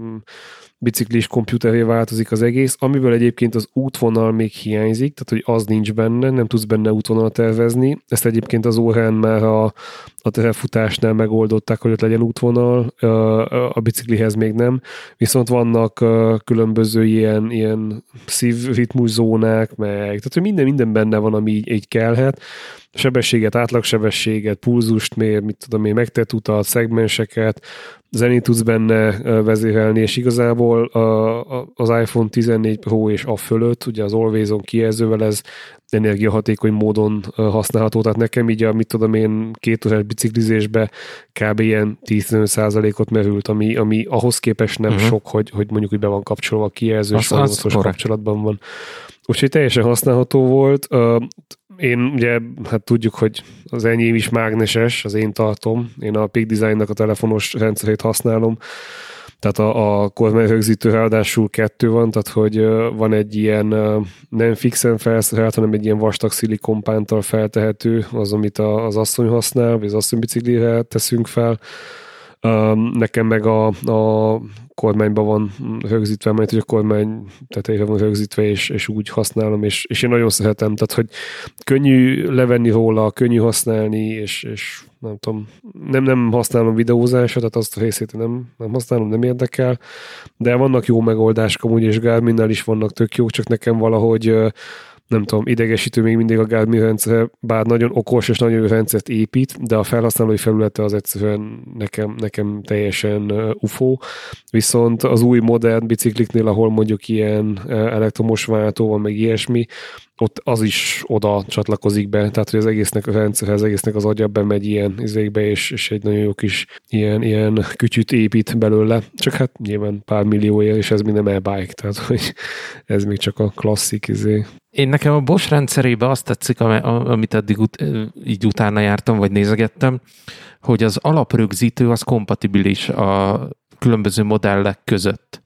biciklis komputeré változik az egész, amiből egyébként az útvonal még hiányzik, tehát hogy az nincs benne, nem tudsz benne útvonalat tervezni. Ezt egyébként az órán már a, a terefutásnál megoldották, hogy ott legyen útvonal, a biciklihez még nem. Viszont vannak különböző ilyen, ilyen szívritmus zónák, meg tehát hogy minden, minden benne van, ami így, így kellhet. Sebességet, átlagsebességet, pulzust mér, mit tudom én, megtett utat, szegmenseket, zenét tudsz benne vezérelni, és igazából az iPhone tizennégy Pro és a fölött, ugye az Always On kijelzővel ez energiahatékony módon használható, tehát nekem így a, mit tudom én, két órás biciklizésbe kb. Ilyen tíz-tizenöt százalékot merült, ami, ami ahhoz képest nem uh-huh. sok, hogy, hogy mondjuk, hogy be van kapcsolva a kijelző, és folyamatos kapcsolatban van. Úgyhogy teljesen használható volt. Én ugye, hát tudjuk, hogy az enyém is mágneses, az én tartom. Én a Peak Design-nak a telefonos rendszerét használom. Tehát a, a kormányrögzítő ráadásul kettő van, tehát hogy van egy ilyen nem fixen felszerelt, hanem egy ilyen vastag szilikonpánttal feltehető, az, amit az asszony használ, vagy az asszony biciklire teszünk fel. Nekem meg a, a kormányban van rögzítve, majd hogy a kormány tetejére van rögzítve, és, és úgy használom, és, és én nagyon szeretem, tehát hogy könnyű levenni róla, könnyű használni, és, és nem tudom, nem, nem használom videózásra, tehát azt a részét nem, nem használom, nem érdekel, de vannak jó megoldások amúgy, és Garminnál is vannak tök jó, csak nekem valahogy nem tudom, idegesítő még mindig a Garmin rendszer, bár nagyon okos és nagyon jó rendszert épít, de a felhasználói felülete az egyszerűen nekem, nekem teljesen ufó. Viszont az új modern bicikliknél, ahol mondjuk ilyen elektromos váltó van, meg ilyesmi, ott az is oda csatlakozik be, tehát hogy az egésznek a rendszerhez, az egésznek az agya bemegy ilyen izékbe, és, és egy nagyon jó kis ilyen, ilyen kütyüt épít belőle. Csak hát nyilván pár millióért, és ez még nem e-bike, tehát hogy ez még csak a klasszik izé. Én nekem a Bosch rendszerében azt tetszik, amit eddig ut- így utána jártam, vagy nézegettem, hogy az alaprögzítő az kompatibilis a különböző modellek között.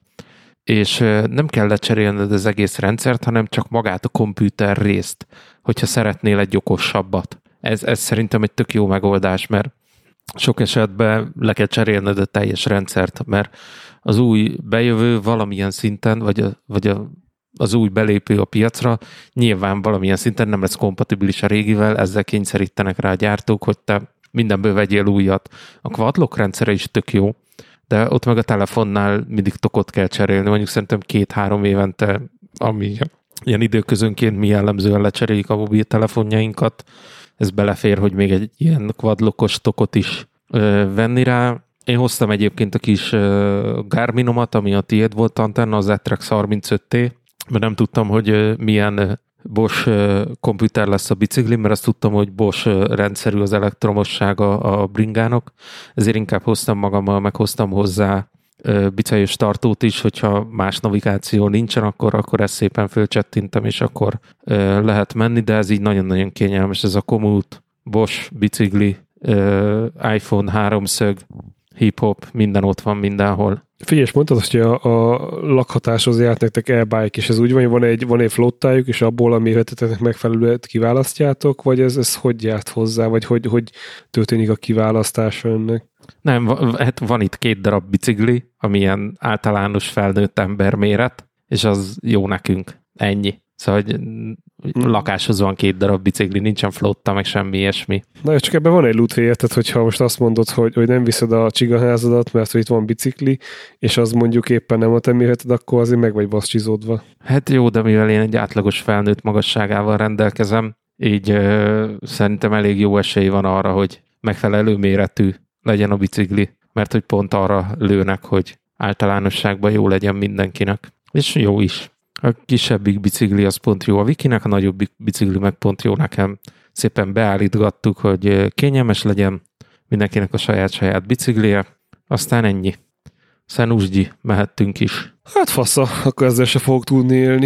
És nem kell lecserélned az egész rendszert, hanem csak magát a komputer részt, hogyha szeretnél egy okosabbat. Ez, ez szerintem egy tök jó megoldás, mert sok esetben le kell cserélned a teljes rendszert, mert az új bejövő valamilyen szinten, vagy, a, vagy a, az új belépő a piacra nyilván valamilyen szinten nem lesz kompatibilis a régivel, ezzel kényszerítenek rá a gyártók, hogy te mindenből vegyél újat. A quadlock rendszere is tök jó, de ott meg a telefonnál mindig tokot kell cserélni, mondjuk szerintem két-három évente, ami ilyen időközönként mi jellemzően lecseréljük a mobiltelefonjainkat, ez belefér, hogy még egy ilyen quadlockos tokot is ö, venni rá. Én hoztam egyébként a kis ö, Garminomat, ami a tiéd volt antenna, az Etrex harmincöt T, mert nem tudtam, hogy ö, milyen Bosch ö, komputer lesz a biciklim, mert azt tudtam, hogy Bosch ö, rendszerű az elektromossága a bringának, ezért inkább hoztam magammal, meg hoztam hozzá ö, bicajos tartót is, hogyha más navigáció nincsen, akkor, akkor ezt szépen fölcsettintem, és akkor ö, lehet menni, de ez így nagyon-nagyon kényelmes, ez a Komoot, Bosch bicikli, ö, iPhone háromszög, hip-hop, minden ott van mindenhol. Figyelj, mondtad, hogy a, a lakhatáshoz járt nektek e-bike, és ez úgy van, hogy van egy, van egy flottájuk, és abból a méreteteknek megfelelően kiválasztjátok, vagy ez, ez hogy járt hozzá, vagy hogy, hogy történik a kiválasztása önnek? Nem, hát van itt két darab bicikli, ami ilyen általános felnőtt ember méret, és az jó nekünk. Ennyi. Szóval, hogy lakáshoz van két darab bicikli, nincsen flotta, meg semmi ilyesmi. Na, csak ebben van egy lútvé, érted, hogyha most azt mondod, hogy, hogy nem viszed a csigaházadat, mert hogy itt van bicikli, és az mondjuk éppen nem a te méreted, akkor azért meg vagy baszcsizódva. Hát jó, de mivel én egy átlagos felnőtt magasságával rendelkezem, így ö, szerintem elég jó esély van arra, hogy megfelelő méretű legyen a bicikli, mert hogy pont arra lőnek, hogy általánosságban jó legyen mindenkinek. És jó is. A kisebbik bicikli az pont jó a Vikinek, a nagyobbik bicikli meg pont jó nekem. Szépen beállítgattuk, hogy kényelmes legyen mindenkinek a saját-saját biciklije, aztán ennyi. Aztán úsgyi, mehettünk is. Hát fasza, akkor ezzel se fogok tudni élni.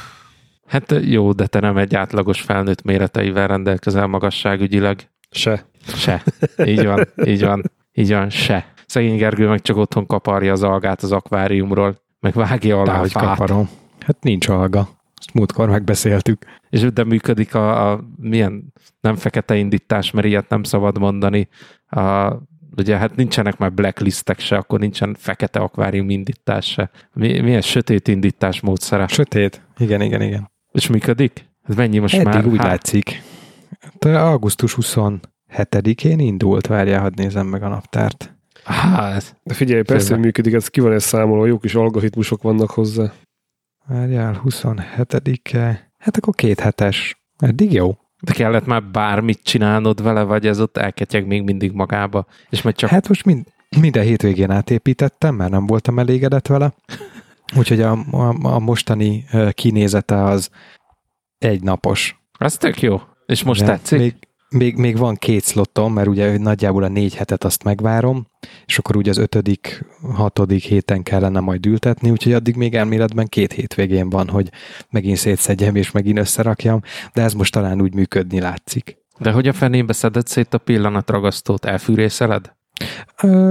Hát jó, de te nem egy átlagos felnőtt méreteivel rendelkezel magasságügyileg. Se. Se. Így van, így van, így van, se. szegény Gergő meg csak otthon kaparja az algát az akváriumról, meg vágja alá a fát. Kaparom. Hát nincs alga. Ezt múltkor megbeszéltük. És de működik a, a milyen nem fekete indítás, mert ilyet nem szabad mondani. A, ugye hát nincsenek már blacklistek se, akkor nincsen fekete akvárium indítás se. Mi, milyen sötét indítás módszere? Sötét. Igen, igen, igen. És működik? Ez mennyi most Eddig már? úgy hát... látszik. De augusztus huszonhetedikén indult, várjál, hadd nézem meg a naptárt. Hát, de figyelj, persze, hogy működik, ez ki van ez számolva, jó kis algoritmusok vannak hozzá. Várjál, huszonhetedike. Hát akkor két hetes. Eddig jó. De kellett már bármit csinálnod vele, vagy ez ott elketyeg még mindig magába? És majd csak... Hát most mind, minden hétvégén átépítettem, mert nem voltam elégedett vele. Úgyhogy a, a, a mostani kinézete az egynapos. Az tök jó. És most ja, tetszik? Még, még, még van két szlottom, mert ugye nagyjából a négy hetet azt megvárom, és akkor ugye az ötödik, hatodik héten kellene majd ültetni, úgyhogy addig még elméletben két hétvégén van, hogy megint szétszedjem és megint összerakjam, de ez most talán úgy működni látszik. De hogy a fenébe szeded szét a pillanatragasztót? Elfűrészeled? Ö,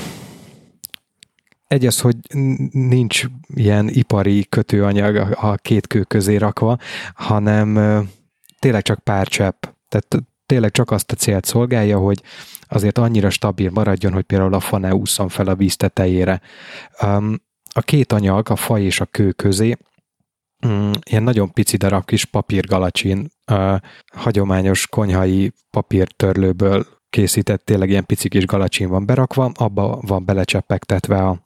egy az, hogy nincs ilyen ipari kötőanyag a két kő közé rakva, hanem tényleg csak pár csepp. Tehát tényleg csak azt a célt szolgálja, hogy azért annyira stabil maradjon, hogy például a fa ne ússzon fel a víz tetejére. A két anyag, a fa és a kő közé ilyen nagyon pici darab kis papírgalacsin, hagyományos konyhai papírtörlőből készített, tényleg ilyen pici kis galacsin van berakva, abba van belecsepegtetve a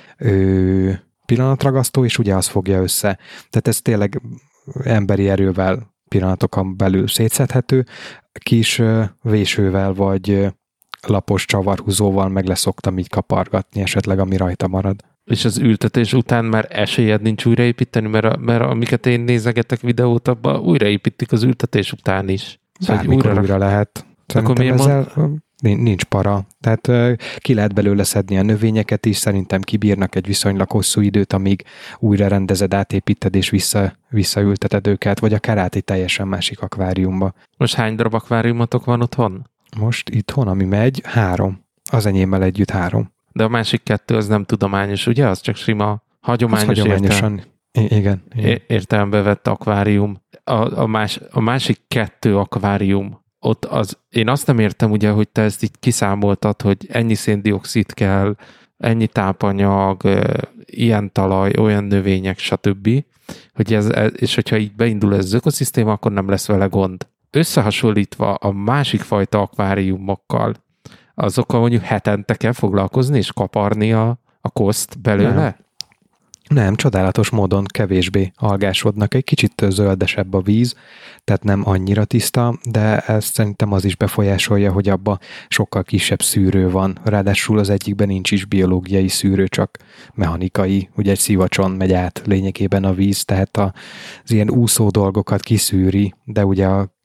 ö, pillanatragasztó, és ugye az fogja össze. Tehát ez tényleg emberi erővel pillanatokon belül szétszedhető, kis vésővel vagy lapos csavarhúzóval meg leszoktam így kapargatni esetleg, ami rajta marad. És az ültetés után már esélyed nincs újraépíteni, mert, a, mert amiket én nézegetek videót, abban újraépítik az ültetés után is. Bármikor újra, újra lehet. Szerintem ezzel mond... nincs para. Tehát uh, ki lehet belőle szedni a növényeket is, szerintem kibírnak egy viszonylag hosszú időt, amíg újra rendezed, átépíted és vissza, visszaülteted őket, vagy akár át egy teljesen másik akváriumba. Most hány darab akváriumotok van otthon? Most itthon, ami megy, három. Az enyémmel együtt három. De a másik kettő az nem tudományos, ugye? Az csak sima, hagyományos az hagyományosan, értelem, igen, igen. értelembe vett akvárium. A, a, más, a másik kettő akvárium, ott az, én azt nem értem ugye, hogy te ezt így kiszámoltad, hogy ennyi széndioxid kell, ennyi tápanyag, ilyen talaj, olyan növények, stb. Hogy ez, és hogyha így beindul ez az ökoszisztéma, akkor nem lesz vele gond. Összehasonlítva a másik fajta akváriumokkal, azokkal mondjuk hetente kell foglalkozni és kaparni a, a koszt belőle? Nem. Nem, csodálatos módon kevésbé algásodnak. Egy kicsit zöldesebb a víz, tehát nem annyira tiszta, de ezt szerintem az is befolyásolja, hogy abban sokkal kisebb szűrő van. Ráadásul az egyikben nincs is biológiai szűrő, csak mechanikai, ugye egy szivacson megy át lényegében a víz, tehát az ilyen úszó dolgokat kiszűri, de ugye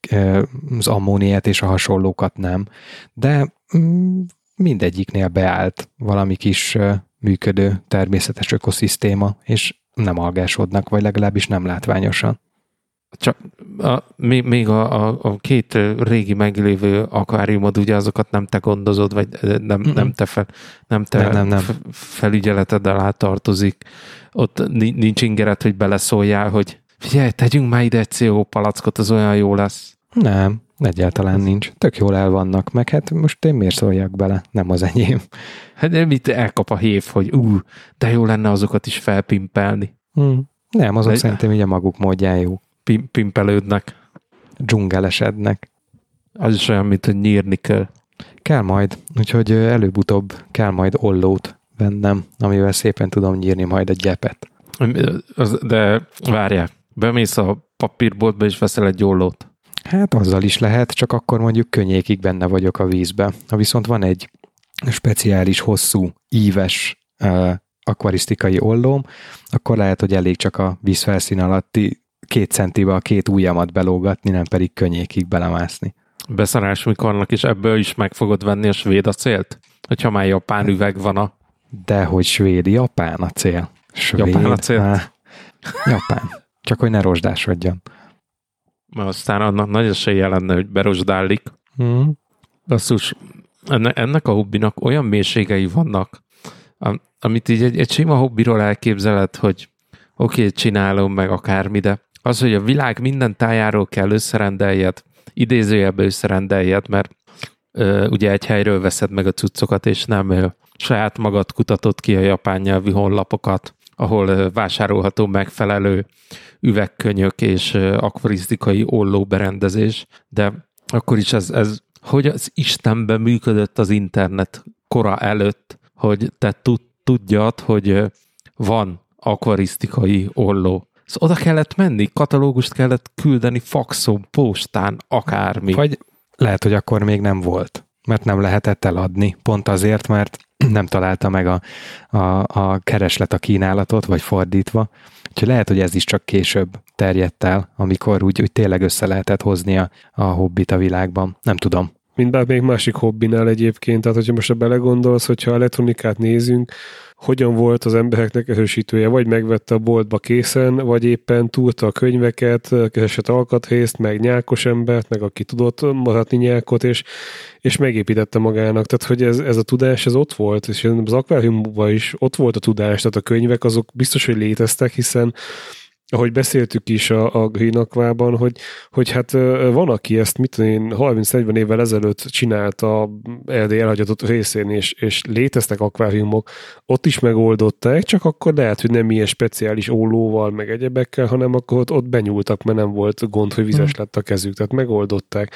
az ammóniát és a hasonlókat nem. De mindegyiknél beállt valami kis működő természetes ökoszisztéma, és nem algásodnak, vagy legalábbis nem látványosan. Csak a, még a, a, a két régi meglévő akváriumod, ugye azokat nem te gondozod, vagy nem, nem te, fel, nem te nem, nem, nem. felügyeleted alá tartozik. Ott nincs ingeret, hogy beleszóljál, hogy figyelj, tegyünk már ide egy cé o palackot, az olyan jó lesz. Nem, egyáltalán nincs. Tök jól el vannak, meg hát most én miért szóljak bele? Nem az enyém. Hát nem itt elkap a hév, hogy ú, de jó lenne azokat is felpimpelni. Hmm. Nem, azok de szerintem így a maguk módján jó. Pim- pimpelődnek. Dzsungelesednek. Az is olyan, mint hogy nyírni kell. Kell majd, úgyhogy előbb-utóbb kell majd ollót vennem, amivel szépen tudom nyírni majd a gyepet. De várjál, bemész a papírboltba és veszel egy ollót. Hát azzal is lehet, csak akkor mondjuk könnyékig benne vagyok a vízbe. Ha viszont van egy speciális, hosszú, íves uh, akvarisztikai ollóm, akkor lehet, hogy elég csak a vízfelszín alatti két centibe a két ujjamat belógatni, nem pedig könnyékig belemászni. Beszarás mikornak, és ebből is meg fogod venni a svéd acélt? Hogyha már japán üveg van a... Dehogy svéd, japán acél. Svéd, japán acél? Á, japán. Csak hogy ne rozsdásodjon. Mert aztán annak nagy esélye lenne, hogy berozsdálik. Mm. Basszus, ennek a hobbinak olyan mélységei vannak, amit így egy, egy sima hobbiról elképzeled, hogy oké, okay, csinálom meg akármi, de az, hogy a világ minden tájáról kell összerendeljed, idézőjelbe összerendeljed, mert ö, ugye egy helyről veszed meg a cuccokat, és nem ö, saját magad kutatod ki a japán nyelvű honlapokat, ahol ö, vásárolható megfelelő üvegkönyök és ö, akvarisztikai ollóberendezés, de akkor is ez, ez hogy az Istenben működött az internet kora előtt, hogy te tud, tudjad, hogy ö, van akvarisztikai olló. Szóval oda kellett menni, katalógust kellett küldeni faxon, postán, akármi. Vagy lehet, hogy akkor még nem volt, mert nem lehetett eladni. Pont azért, mert nem találta meg a, a, a kereslet a kínálatot, vagy fordítva. Úgyhogy lehet, hogy ez is csak később terjedt el, amikor úgy, úgy tényleg össze lehetett hozni a, a hobbit a világban. Nem tudom. Mint még másik hobbinál egyébként, tehát hogyha most belegondolsz, hogyha elektronikát nézünk, hogyan volt az embereknek erősítője, vagy megvette a boltba készen, vagy éppen túlta a könyveket, keresett alkatrészt, meg nyálkos embert, meg aki tudott maradni nyálkot, és, és megépítette magának. Tehát, hogy ez, ez a tudás, ez ott volt, és az akváriumban is ott volt a tudás, tehát a könyvek azok biztos, hogy léteztek, hiszen ahogy beszéltük is a, a Green Aquában, hogy, hogy hát van, aki ezt mit tudom én, harminc-negyven évvel ezelőtt csinálta Erdély elhagyatott részén, és, és léteztek akváriumok, ott is megoldották, csak akkor lehet, hogy nem ilyen speciális ólóval, meg egyebekkel, hanem akkor ott, ott benyúltak, mert nem volt gond, hogy vizes lett a kezük, tehát megoldották.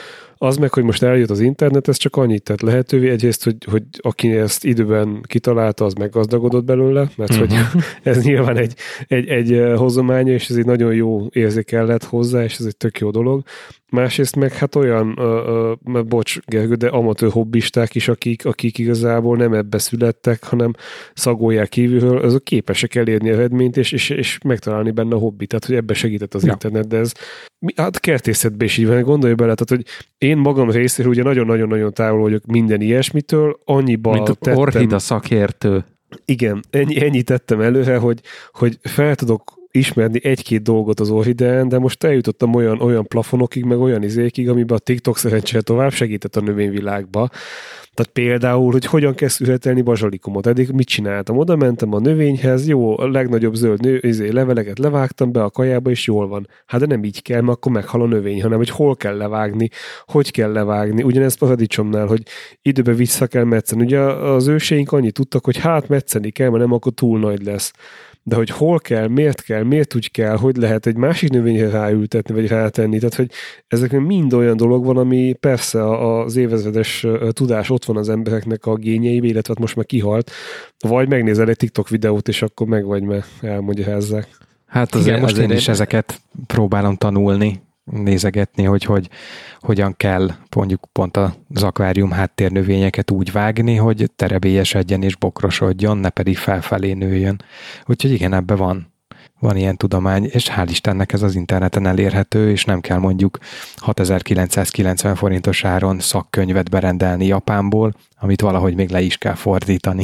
Az meg, hogy most eljött az internet, ez csak annyit tett lehetővé. Egyrészt, hogy, hogy aki ezt időben kitalálta, az meggazdagodott belőle, mert hogy ez nyilván egy, egy, egy hozománya, és ez egy nagyon jó érzékellet hozzá, és ez egy tök jó dolog. Másrészt meg hát olyan, ö, ö, bocs Gergő, de amatőr hobbisták is, akik, akik igazából nem ebbe születtek, hanem szagolják kívülről, azok képesek elérni eredményt, és, és, és megtalálni benne a hobbit, tehát hogy ebbe segített az ja. internet, de ez hát kertészetben is így van, gondolj bele, tehát hogy én magam részéről ugye nagyon-nagyon-nagyon távol vagyok minden ilyesmitől, annyiba mint tettem... orchida szakértő. Igen, ennyi, ennyi tettem előre, hogy, hogy fel tudok ismerni egy-két dolgot az orchideen, de most eljutottam olyan, olyan plafonokig, meg olyan izékig, amiben a TikTok szerencsére tovább segített a növényvilágba. Tehát például, hogy hogyan kell születelni bazsalikomot. Eddig mit csináltam? Oda mentem a növényhez, jó, a legnagyobb zöld nő, izé, leveleket levágtam be a kajába, és jól van. Hát de nem így kell, mert akkor meghal a növény, hanem hogy hol kell levágni, hogy kell levágni. Ugyanezt paradicsomnál, hogy időbe vissza kell metszeni. Ugye az őseink annyit tudtak, hogy hát metszeni kell, mert nem akkor túl nagy lesz. De hogy hol kell, miért kell, miért úgy kell, hogy lehet egy másik növényre ráültetni, vagy rátenni. Tehát, hogy ezek mind olyan dolog van, ami persze az évezredes tudás ott van az embereknek a génjeibe, illetve most már kihalt. Vagy megnézel egy TikTok videót, és akkor meg vagy, mert elmagyarázzák. Hát azért, igen, most azért én is ezeket próbálom tanulni, nézegetni, hogy, hogy hogyan kell mondjuk pont az akvárium háttérnövényeket úgy vágni, hogy terebélyesedjen és bokrosodjon, ne pedig felfelé nőjön. Úgyhogy igen, ebben van, van ilyen tudomány, és hál' Istennek ez az interneten elérhető, és nem kell mondjuk hatezer-kilencszázkilencven forintos áron szakkönyvet berendelni Japánból, amit valahogy még le is kell fordítani.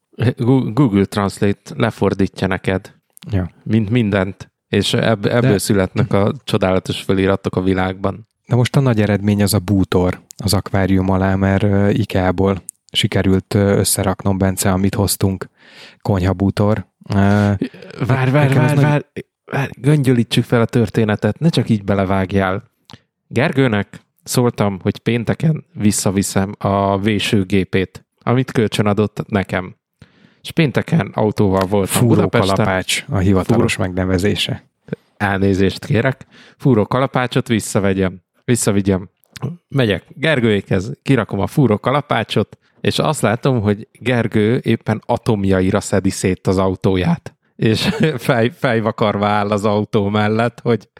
Google Translate lefordítja neked, ja. mint mindent. És ebb, ebből de, születnek a csodálatos feliratok a világban. De most a nagy eredmény az a bútor az akvárium alá, mert IKEA-ból sikerült összeraknom, Bence, amit hoztunk, konyhabútor. Várj, várj, várj, várj, vár, vár, göngyölítsük fel a történetet, ne csak így belevágjál. Gergőnek szóltam, hogy pénteken visszaviszem a vésőgépét, amit kölcsönadott nekem. És pénteken autóval voltam Budapesten. Fúrókalapács a hivatalos Fúró... megnevezése. Elnézést kérek. Fúrókalapácsot visszavegyem. Visszavigyem. Megyek Gergőékhez, kirakom a fúrókalapácsot, és azt látom, hogy Gergő éppen atomjaira szedi szét az autóját. És fej, fejvakarva áll az autó mellett, hogy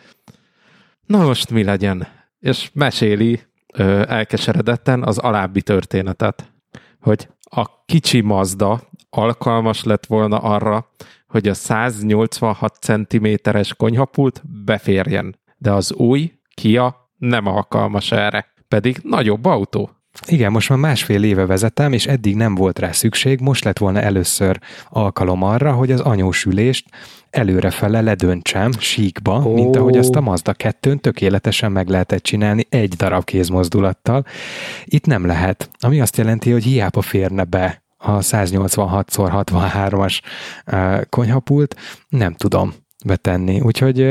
na most mi legyen. És meséli ö, elkeseredetten az alábbi történetet, hogy a kicsi Mazda alkalmas lett volna arra, hogy a száznyolcvanhat centiméteres konyhapult beférjen, de az új Kia nem alkalmas erre, pedig nagyobb autó. Igen, most már másfél éve vezetem, és eddig nem volt rá szükség, most lett volna először alkalom arra, hogy az anyósülést előrefele ledöntsem síkba, oh. mint ahogy azt a Mazda kettőn tökéletesen meg lehetett csinálni egy darab kézmozdulattal. Itt nem lehet, ami azt jelenti, hogy hiába férne be a száznyolcvanhat szor hatvanhármas konyhapult, nem tudom betenni. Úgyhogy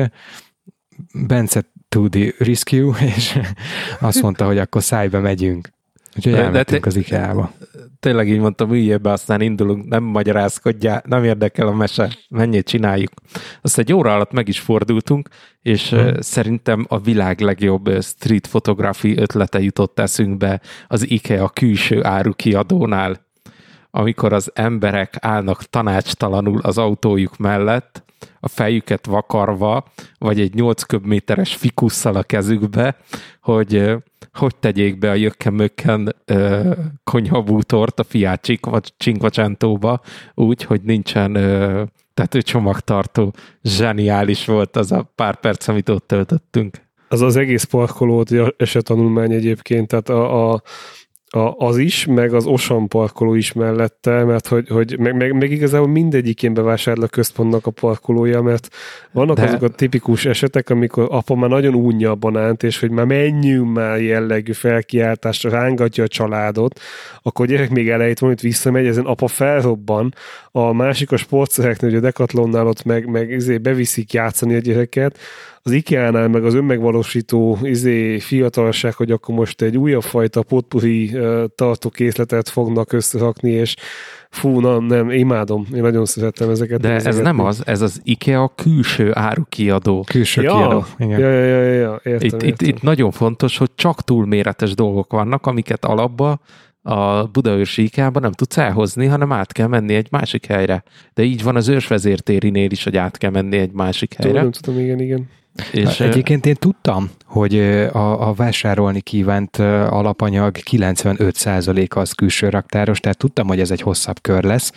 Bence to the rescue, és azt mondta, hogy akkor szájba megyünk. Úgyhogy elmentünk az IKEA-ba. Tényleg így mondtam, üljél be, aztán indulunk, nem magyarázkodjál, nem érdekel a mese, menjél, csináljuk. Azt egy óra alatt meg is fordultunk, és hmm. szerintem a világ legjobb street photography ötlete jutott eszünkbe az IKEA külső árukiadónál, amikor az emberek állnak tanácstalanul az autójuk mellett, a fejüket vakarva, vagy egy nyolc köbméteres fikusszal a kezükbe, hogy hogy tegyék be a jökken-mökken uh, konyhabútort a Fiat Cinquecentóba úgy, hogy nincsen uh, tetőcsomagtartó. Zseniális volt az a pár perc, amit ott töltöttünk. Az az egész parkolót esettanulmány egyébként, tehát a, a A, az is, meg az Osan parkoló is mellette, mert hogy, hogy meg, meg, meg igazából mindegyik ilyen bevásárló központnak a parkolója, mert vannak De... azok a tipikus esetek, amikor apa már nagyon unja a banánt, és hogy már menjünk már jellegű felkiáltásra, rángatja a családot, akkor a gyerek még elejét van, hogy visszamegy, ezen apa felrobban, a másik a sportszereknél, hogy a Decathlonnál ott meg, meg izé beviszik játszani a gyereket, az IKEA-nál meg az önmegvalósító izé, fiatalság, hogy akkor most egy újabb fajta potpuri uh, tartókészletet fognak összerakni, és fú, na, nem, imádom, én nagyon szerettem ezeket. De ez nem az, ez az IKEA külső árukiadó. Külső ja, kiadó, igen. Ja, ja, ja, ja, értem, itt, értem. Itt, itt nagyon fontos, hogy csak túlméretes dolgok vannak, amiket alapba a budaörsi IKEA-ban nem tudsz elhozni, hanem át kell menni egy másik helyre. De így van az ősvezértérinél is, hogy át kell menni egy másik helyre. Tudom, nem tudom, igen, igen. És egyébként én tudtam, hogy a, a vásárolni kívánt alapanyag kilencvenöt százaléka az külső raktáros, tehát tudtam, hogy ez egy hosszabb kör lesz.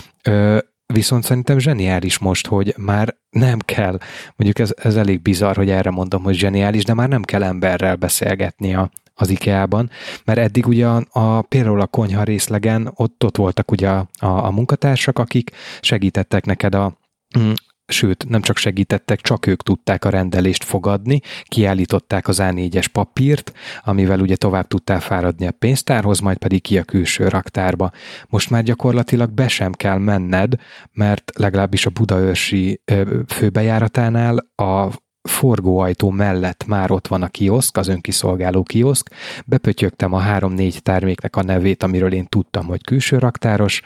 Viszont szerintem zseniális most, hogy már nem kell, mondjuk ez, ez elég bizarr, hogy erre mondom, hogy zseniális, de már nem kell emberrel beszélgetni a, az IKEA-ban, mert eddig ugye a, a, például a konyha részlegen ott, ott voltak ugye a, a, a munkatársak, akik segítettek neked a sőt, nem csak segítettek, csak ők tudták a rendelést fogadni, kiállították az á négyes papírt, amivel ugye tovább tudtál fáradni a pénztárhoz, majd pedig ki a külső raktárba. Most már gyakorlatilag be sem kell menned, mert legalábbis a budaörsi főbejáratánál a forgóajtó mellett már ott van a kioszk, az önkiszolgáló kioszk, bepötyögtem a három-négy terméknek a nevét, amiről én tudtam, hogy külső raktáros,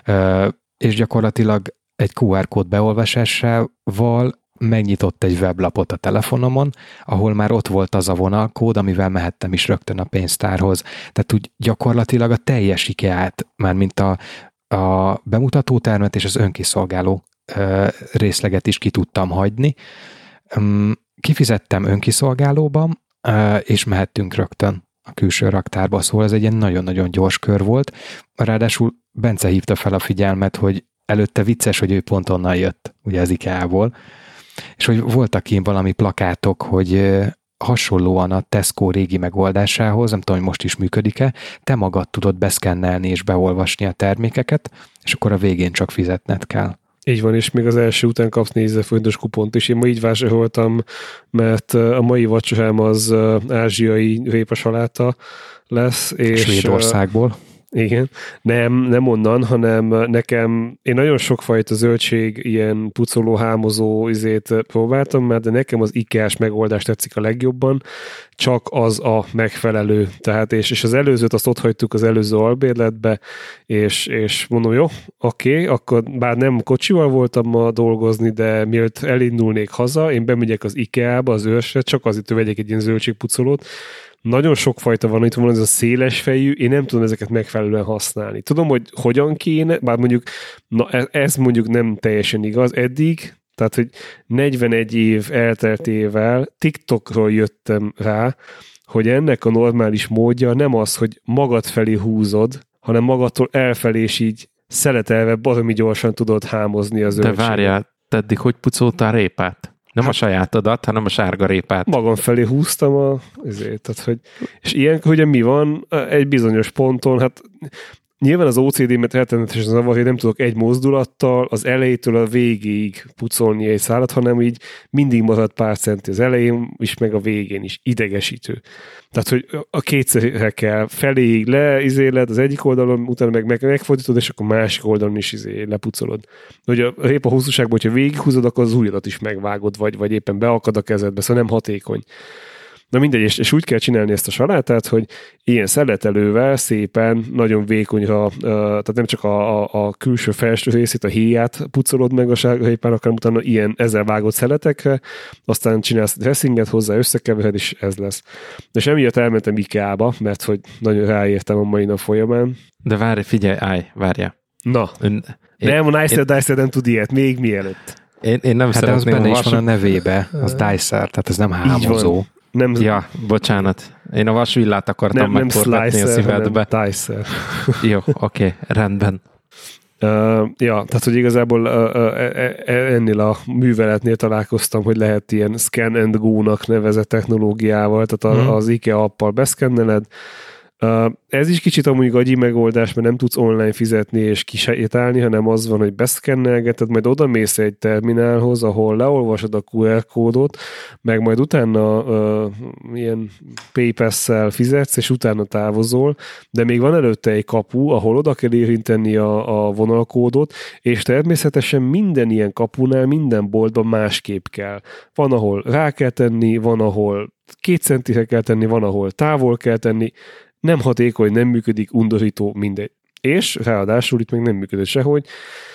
és gyakorlatilag egy kú er kód beolvasásával megnyitott egy weblapot a telefonomon, ahol már ott volt az a vonalkód, amivel mehettem is rögtön a pénztárhoz. Tehát úgy gyakorlatilag a teljes IKEA-t, mármint a, a bemutatótermet és az önkiszolgáló ö, részleget is ki tudtam hagyni. Um, kifizettem önkiszolgálóban, ö, és mehettünk rögtön a külső raktárba, szóval ez egy ilyen nagyon-nagyon gyors kör volt. Ráadásul Bence hívta fel a figyelmet, hogy előtte vicces, hogy ő pont onnan jött, ugye az IKEA-ból, és hogy voltak ki valami plakátok, hogy hasonlóan a Tesco régi megoldásához, nem tudom, hogy most is működik-e, te magad tudod beszkennelni és beolvasni a termékeket, és akkor a végén csak fizetned kell. Így van, és még az első után kapsz négyzezer forintos kupont is. Én ma így vásároltam, mert a mai vacsorám az ázsiai répasaláta lesz. És Svédországból. Igen, nem, nem onnan, hanem nekem, én nagyon sokfajta zöldség, ilyen pucoló, hámozó izét próbáltam már, de nekem az IKEA-s megoldás tetszik a legjobban, csak az a megfelelő. Tehát, és, és az előzőt azt ott hagytuk az előző albérletbe, és, és mondom, jó, oké, okay, akkor bár nem kocsival voltam ma dolgozni, de mielőtt elindulnék haza, én bemegyek az IKEA-ba, az őrsre, csak azért, hogy vegyek egy ilyen zöldségpucolót. Nagyon sokfajta van, itt van ez a széles fejű, én nem tudom ezeket megfelelően használni. Tudom, hogy hogyan kéne, bár mondjuk, na ez mondjuk nem teljesen igaz, eddig, tehát, hogy negyvenegy év elteltével TikTokról jöttem rá, hogy ennek a normális módja nem az, hogy magad felé húzod, hanem magadtól elfelé és így szeletelve baromi gyorsan tudod hámozni az zöldséget. De várjál, te eddig hogy pucoltál répát? Nem hát, a sajátodat, hanem a sárgarépát. Magam felé húztam a, ezért, tehát, hogy, és ilyenkor ugye mi van egy bizonyos ponton, hát nyilván az o cé dé-met rettenetesen zavar, hogy nem tudok egy mozdulattal az elejétől a végéig pucolni egy szálat, hanem így mindig marad pár centi az elején is, meg a végén is. Idegesítő. Tehát, hogy a kétszerre kell feléig leizéled az egyik oldalon, utána meg, meg megfordítod, és akkor másik oldalon is izé lepucolod. Hogy a répa hosszúságban, hogyha végighúzod, akkor az ujjadat is megvágod, vagy, vagy éppen beakad a kezedbe, szóval nem hatékony. Na mindegy, és, és úgy kell csinálni ezt a salátát, hogy ilyen szeletelővel szépen, nagyon vékonyra, tehát nem csak a, a, a külső felső részét, a héját pucolod meg a sárgarépának, hanem utána ilyen ezzel vágott szeletekre, aztán csinálsz dressinget hozzá, összekevered, és ez lesz. És emiatt elmentem Ikeába, mert hogy nagyon ráértem a mai nap folyamán. De várj, figyelj, állj, várjál. Na, Ön, nem, a Nicer Dicer nem tud ilyet, még mielőtt. Én, én nem hát szeretném az benne a is van a nevébe, az Dicer, tehát ez nem hámozó. Nem, ja, bocsánat. Én a vasvillát akartam nem, megforgatni a szívedbe. Nem Dicer. Jó, oké, okay, rendben. Uh, ja, tehát, hogy igazából uh, uh, ennél a műveletnél találkoztam, hogy lehet ilyen scan and go-nak nevezett technológiával, tehát hmm. az IKEA appal beszkenneled. Uh, ez is kicsit amúgy gagyi megoldás, mert nem tudsz online fizetni és kisétálni, hanem az van, hogy beszkennelgeted, majd odamész egy terminálhoz, ahol leolvasod a kú er kódot, meg majd utána uh, ilyen PayPass-szel fizetsz, és utána távozol, de még van előtte egy kapu, ahol oda kell érinteni a, a vonalkódot, és természetesen minden ilyen kapunál, minden boltban másképp kell. Van, ahol rá kell tenni, van, ahol két centire kell tenni, van, ahol távol kell tenni, nem hatékony, nem működik, undorító, mindegy. És ráadásul itt még nem működött sehogy.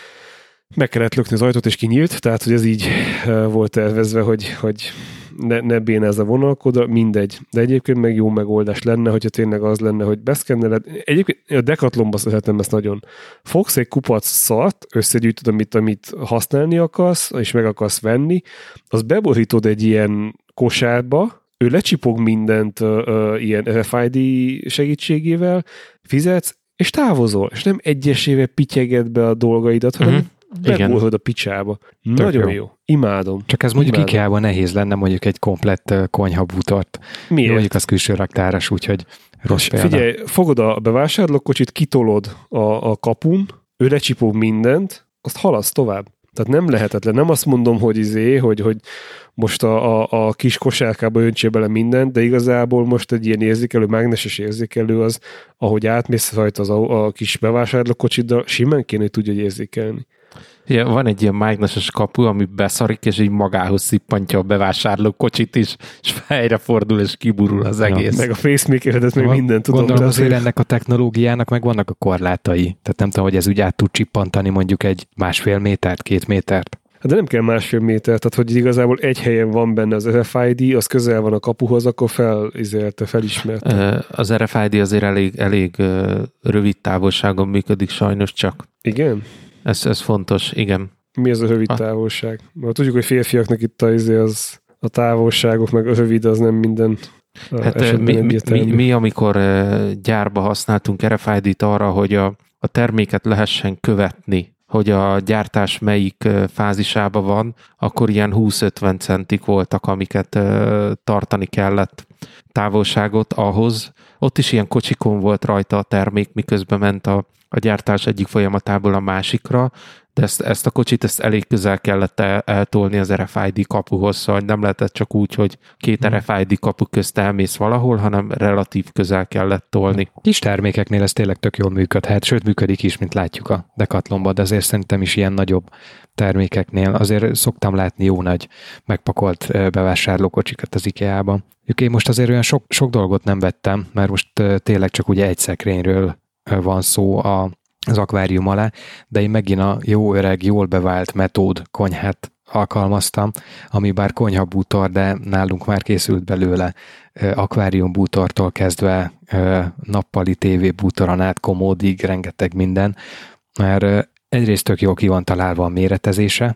Meg kellett lökni az ajtót, és kinyílt, tehát hogy ez így volt tervezve, hogy, hogy ne, ne bénázz a vonalkódra, mindegy. De egyébként meg jó megoldás lenne, hogyha tényleg az lenne, hogy beszkenneled. Egyébként a Decathlonba szeretem ezt nagyon. Fogsz egy kupac szart, összegyűjtöd, amit, amit használni akarsz, és meg akarsz venni, az beborítod egy ilyen kosárba, ő lecsipog mindent uh, uh, ilyen er ef i dé segítségével, fizetsz, és távozol, és nem egyesével pityeged be a dolgaidat, hanem uh-huh. begúrod a picsába. Tök nagyon jó. jó. Imádom. Csak ez mondjuk Imádom. Ikeában nehéz lenne mondjuk egy komplett konyhabútort. Miért? Mondjuk az külső raktáras, úgyhogy rossz példa. Figyelj, fogod a bevásárlókocsit, kitolod a, a kapun, ő lecsipog mindent, azt haladsz tovább. Tehát nem lehetetlen. Nem azt mondom, hogy izé, hogy, hogy most a, a, a kis kosárkába öntsél bele mindent, de igazából most egy ilyen érzékelő, mágneses érzékelő az, ahogy átmész rajta az a, a kis bevásárlókocsiddal, simán kéne, hogy tudja érzékelni. Ja, van egy ilyen mágneses kapu, ami beszarik, és így magához szippantja a bevásárló kocsit is, és fejre fordul, és kiburul az egész. Ja, meg a pacemakeredet, meg mindent tudom. Gondolom azért ennek a technológiának meg vannak a korlátai. Tehát nem tudom, hogy ez úgy át tud csippantani mondjuk egy másfél métert, két métert. De nem kell másfél méter, tehát hogy igazából egy helyen van benne az er ef i dé, az közel van a kapuhoz, akkor felizélte, felismerte. Az er ef i dé azért elég, elég rövid távolságon működik sajnos csak. Igen? Ez, ez fontos, igen. Mi az a rövid a... távolság? Mert tudjuk, hogy férfiaknak itt a, az, a távolságok, meg a rövid az nem minden hát mi, mi, mi, mi, amikor gyárba használtunk er ef i dét arra, hogy a, a terméket lehessen követni, hogy a gyártás melyik fázisában van, akkor ilyen húsz-ötven centik voltak, amiket tartani kellett távolságot ahhoz. Ott is ilyen kocsikon volt rajta a termék, miközben ment a, a gyártás egyik folyamatából a másikra, de ezt, ezt a kocsit ezt elég közel kellett el, eltolni az er ef i dé kapuhoz, szóval nem lehetett csak úgy, hogy két er ef i dé kapu közt elmész valahol, hanem relatív közel kellett tolni. Kis termékeknél ez tényleg tök jól működhet, sőt működik is, mint látjuk a Decathlonban, de azért szerintem is ilyen nagyobb termékeknél azért szoktam látni jó nagy megpakolt bevásárlókocsikat az Ikeában. Én most azért olyan sok, sok dolgot nem vettem, mert most tényleg csak ugye egy szekrényről van szó a az akvárium alá, de én megint a jó öreg, jól bevált metód konyhát alkalmaztam, ami bár konyhabútor, de nálunk már készült belőle akváriumbútortól kezdve nappali tévébútoron át komódig, rengeteg minden, mert egyrészt tök jól ki van találva a méretezése,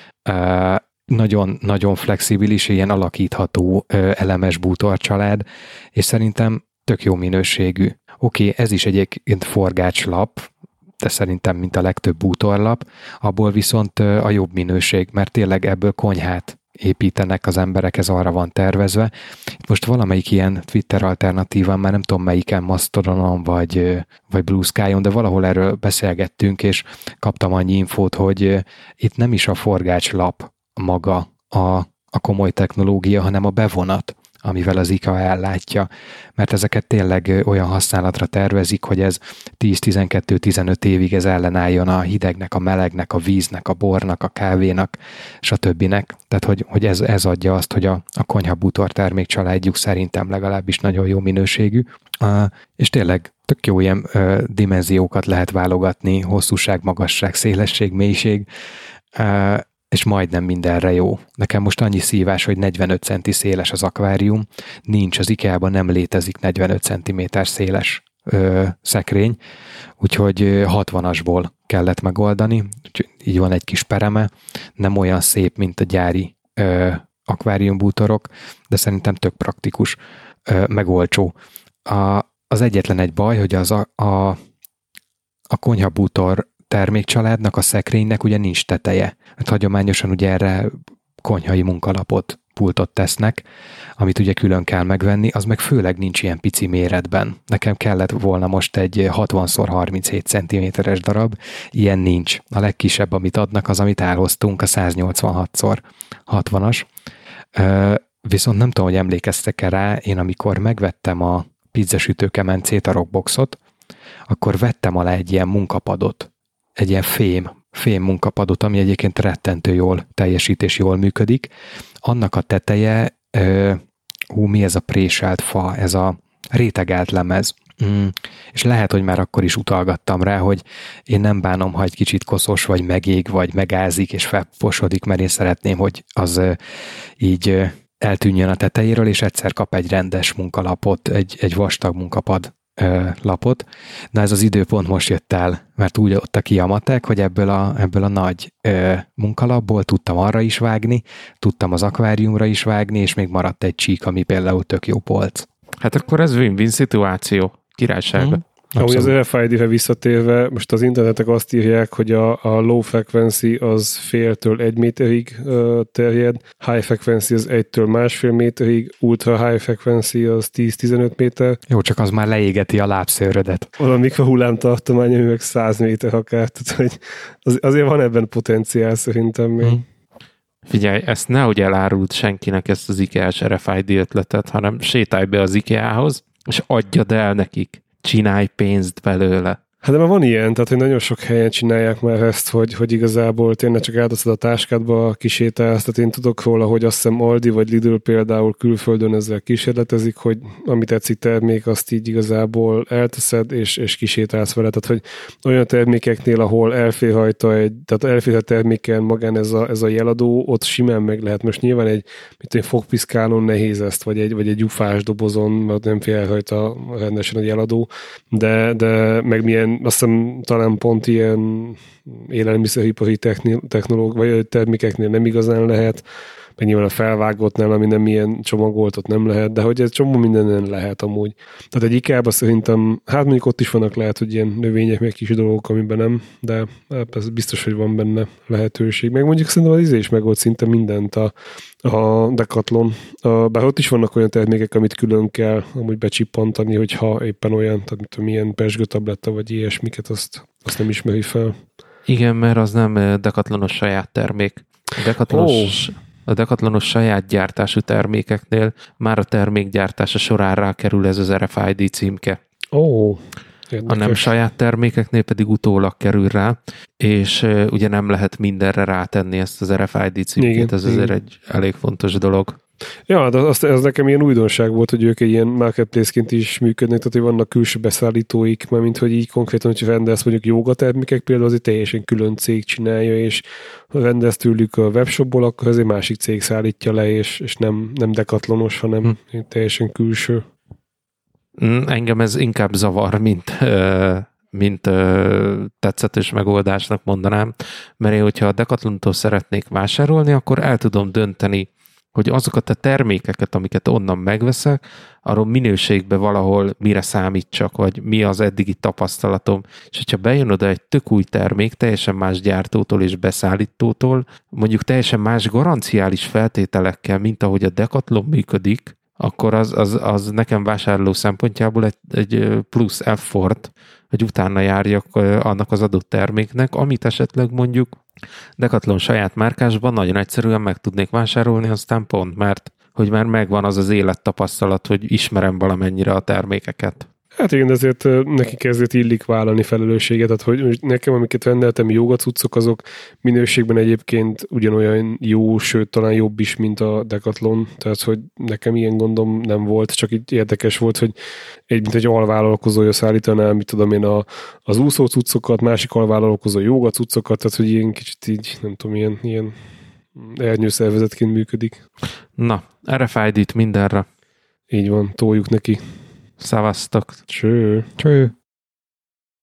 nagyon, nagyon flexibilis, ilyen alakítható elemes bútorcsalád, és szerintem tök jó minőségű. Oké, okay, ez is egyébként forgácslap, de szerintem, mint a legtöbb bútorlap, abból viszont a jobb minőség, mert tényleg ebből konyhát építenek az emberek, ez arra van tervezve. Most valamelyik ilyen Twitter alternatíván, már nem tudom melyiken, Mastodonon vagy, vagy Blue Sky-on, de valahol erről beszélgettünk, és kaptam annyi infót, hogy itt nem is a forgácslap maga a, a komoly technológia, hanem a bevonat, amivel az IKEA ellátja, mert ezeket tényleg olyan használatra tervezik, hogy ez tíz-tizenkettő-tizenöt évig ez ellenálljon a hidegnek, a melegnek, a víznek, a bornak, a kávénak, stb. Tehát, hogy, hogy ez, ez adja azt, hogy a, a konyhabútor termékcsaládjuk szerintem legalábbis nagyon jó minőségű, uh, és tényleg tök jó ilyen uh, dimenziókat lehet válogatni, hosszúság, magasság, szélesség, mélység, uh, és majdnem mindenre jó. Nekem most annyi szívás, hogy negyvenöt centi széles az akvárium, nincs, az IKEA-ban nem létezik negyvenöt centiméter széles ö, szekrény, úgyhogy hatvanasból kellett megoldani, így van egy kis pereme, nem olyan szép, mint a gyári ö, akváriumbútorok, de szerintem tök praktikus, ö, meg olcsó. A, az egyetlen egy baj, hogy az a, a, a konyhabútor termékcsaládnak, a szekrénynek ugye nincs teteje. Hát hagyományosan ugye erre konyhai munkalapot, pultot tesznek, amit ugye külön kell megvenni, az meg főleg nincs ilyen pici méretben. Nekem kellett volna most egy hatvan szor harminchét centiméteres darab, ilyen nincs. A legkisebb, amit adnak, az, amit elhoztunk, a száznyolcvanhat szor hatvanas. Viszont nem tudom, hogy emlékeztek-e rá, én amikor megvettem a pizzasütőkemencét, a Rockboxot, akkor vettem alá egy ilyen munkapadot, egy ilyen fém, fém munkapadot, ami egyébként rettentő jól teljesít és jól működik. Annak a teteje, ö, hú, mi ez a préselt fa, ez a rétegelt lemez. Mm. És lehet, hogy már akkor is utalgattam rá, hogy én nem bánom, ha egy kicsit koszos, vagy megég, vagy megázik, és felposodik, mert én szeretném, hogy az ö, így ö, eltűnjön a tetejéről, és egyszer kap egy rendes munkalapot, egy, egy vastag munkapad lapot. Na ez az időpont most jött el, mert úgy adta ki a matek, hogy ebből a, ebből a nagy ö, munkalapból tudtam arra is vágni, tudtam az akváriumra is vágni, és még maradt egy csík, ami például tök jó polc. Hát akkor ez win-win szituáció. Királyságban. Hmm. Ahogy az er ef i dé-re visszatérve, most az internetek azt írják, hogy a, a low frequency az féltől egy méterig uh, terjed, high frequency az egytől másfél méterig, ultra high frequency az tíz-tizenöt méter. Jó, csak az már leégeti a lábszőrödet. Van a mikrohullám tartomány, ami meg száz méter akár, tehát hogy az, azért van ebben potenciál szerintem még. Hmm. Figyelj, ezt nehogy elárult senkinek ezt az IKEA-s er ef i dé ötletet, hanem sétálj be az IKEA-hoz, és adjad el nekik. Csinálj pénzt belőle. Hát de már van ilyen, tehát hogy nagyon sok helyen csinálják már ezt, hogy, hogy igazából tényleg csak átaszod a táskádba, kisétálsz, tehát én tudok róla, hogy azt hiszem Aldi vagy Lidl például külföldön ezzel kísérletezik, hogy amit tetszik termék, azt így igazából elteszed, és, és kisétálsz vele, tehát hogy olyan termékeknél, ahol elfér rajta egy, tehát elfér a terméken magán ez a, ez a jeladó, ott simán meg lehet. Most nyilván egy, mint egy fogpiszkálon nehéz ezt, vagy egy, vagy egy gyufás dobozon, mert nem fér rajta rendesen a jeladó, de, de meg milyen azt hiszem talán pont ilyen élelmiszeripari technológ, vagy termékeknél nem igazán lehet, meg nyilván a felvágottnál, ami nem ilyen csomagolt, ott nem lehet, de hogy ez csomó mindenen lehet amúgy. Tehát egy IKEA-ban szerintem, hát mondjuk ott is vannak lehet, hogy ilyen növények, meg kis dolgok, amiben nem, de ez biztos, hogy van benne lehetőség. Meg mondjuk szerintem az izé is megold szinte mindent a, a Decathlon. A, bár ott is vannak olyan termékek, amit külön kell amúgy becsippantani, hogyha éppen olyan, tehát mit milyen pezsgőtabletta, vagy ilyesmiket, azt, azt nem ismeri fel. Igen, mert az nem Decathlonos saját termék. A Decathlonos... Oh. A Decathlonos saját gyártású termékeknél már a termékgyártása során rákerül ez az er ef i dé címke. Ó, oh, a nem saját termékeknél pedig utólag kerül rá, és uh, ugye nem lehet mindenre rátenni ezt az er ef i dé címkét, igen, ez igen. Azért egy elég fontos dolog. Ja, de az, ez nekem ilyen újdonság volt, hogy ők egy ilyen marketplace-ként is működnek, tehát hogy vannak külső beszállítóik, mert mint hogy így konkrétan, hogyha rendelsz mondjuk jogatermékek, például az egy teljesen külön cég csinálja, és ha rendelsz tőlük a webshopból, akkor ez egy másik cég szállítja le, és, és nem, nem Decathlonos, hanem hm. teljesen külső. Engem ez inkább zavar, mint, mint tetszetős megoldásnak mondanám, mert én, hogyha a Decathlontól szeretnék vásárolni, akkor el tudom dönteni hogy azokat a termékeket, amiket onnan megveszek, arról minőségben valahol mire számítsak, vagy mi az eddigi tapasztalatom. És hogyha bejön oda egy tök új termék, teljesen más gyártótól és beszállítótól, mondjuk teljesen más garanciális feltételekkel, mint ahogy a Decathlon működik, akkor az, az, az nekem vásárló szempontjából egy, egy plusz effort, hogy utána járjak annak az adott terméknek, amit esetleg mondjuk Decathlon saját márkásban nagyon egyszerűen meg tudnék vásárolni, aztán pont, mert hogy már megvan az az élettapasztalat, hogy ismerem valamennyire a termékeket. Hát igen, ezért nekik ezért illik vállalni felelősséget, tehát hogy nekem, amiket rendeltem, jógacuccok, azok minőségben egyébként ugyanolyan jó, sőt talán jobb is, mint a Decathlon, tehát hogy nekem ilyen gondom nem volt, csak így érdekes volt, hogy egy, mint egy alvállalkozója szállítaná, mit tudom én, a, az úszó cuccokat, másik alvállalkozó jógacuccokat, tehát hogy ilyen kicsit így, nem tudom, ilyen, ilyen ernyőszervezetként működik. Na, erre fájdít mindenre. Így van, toljuk neki. Szavaztok. Cső. Cső.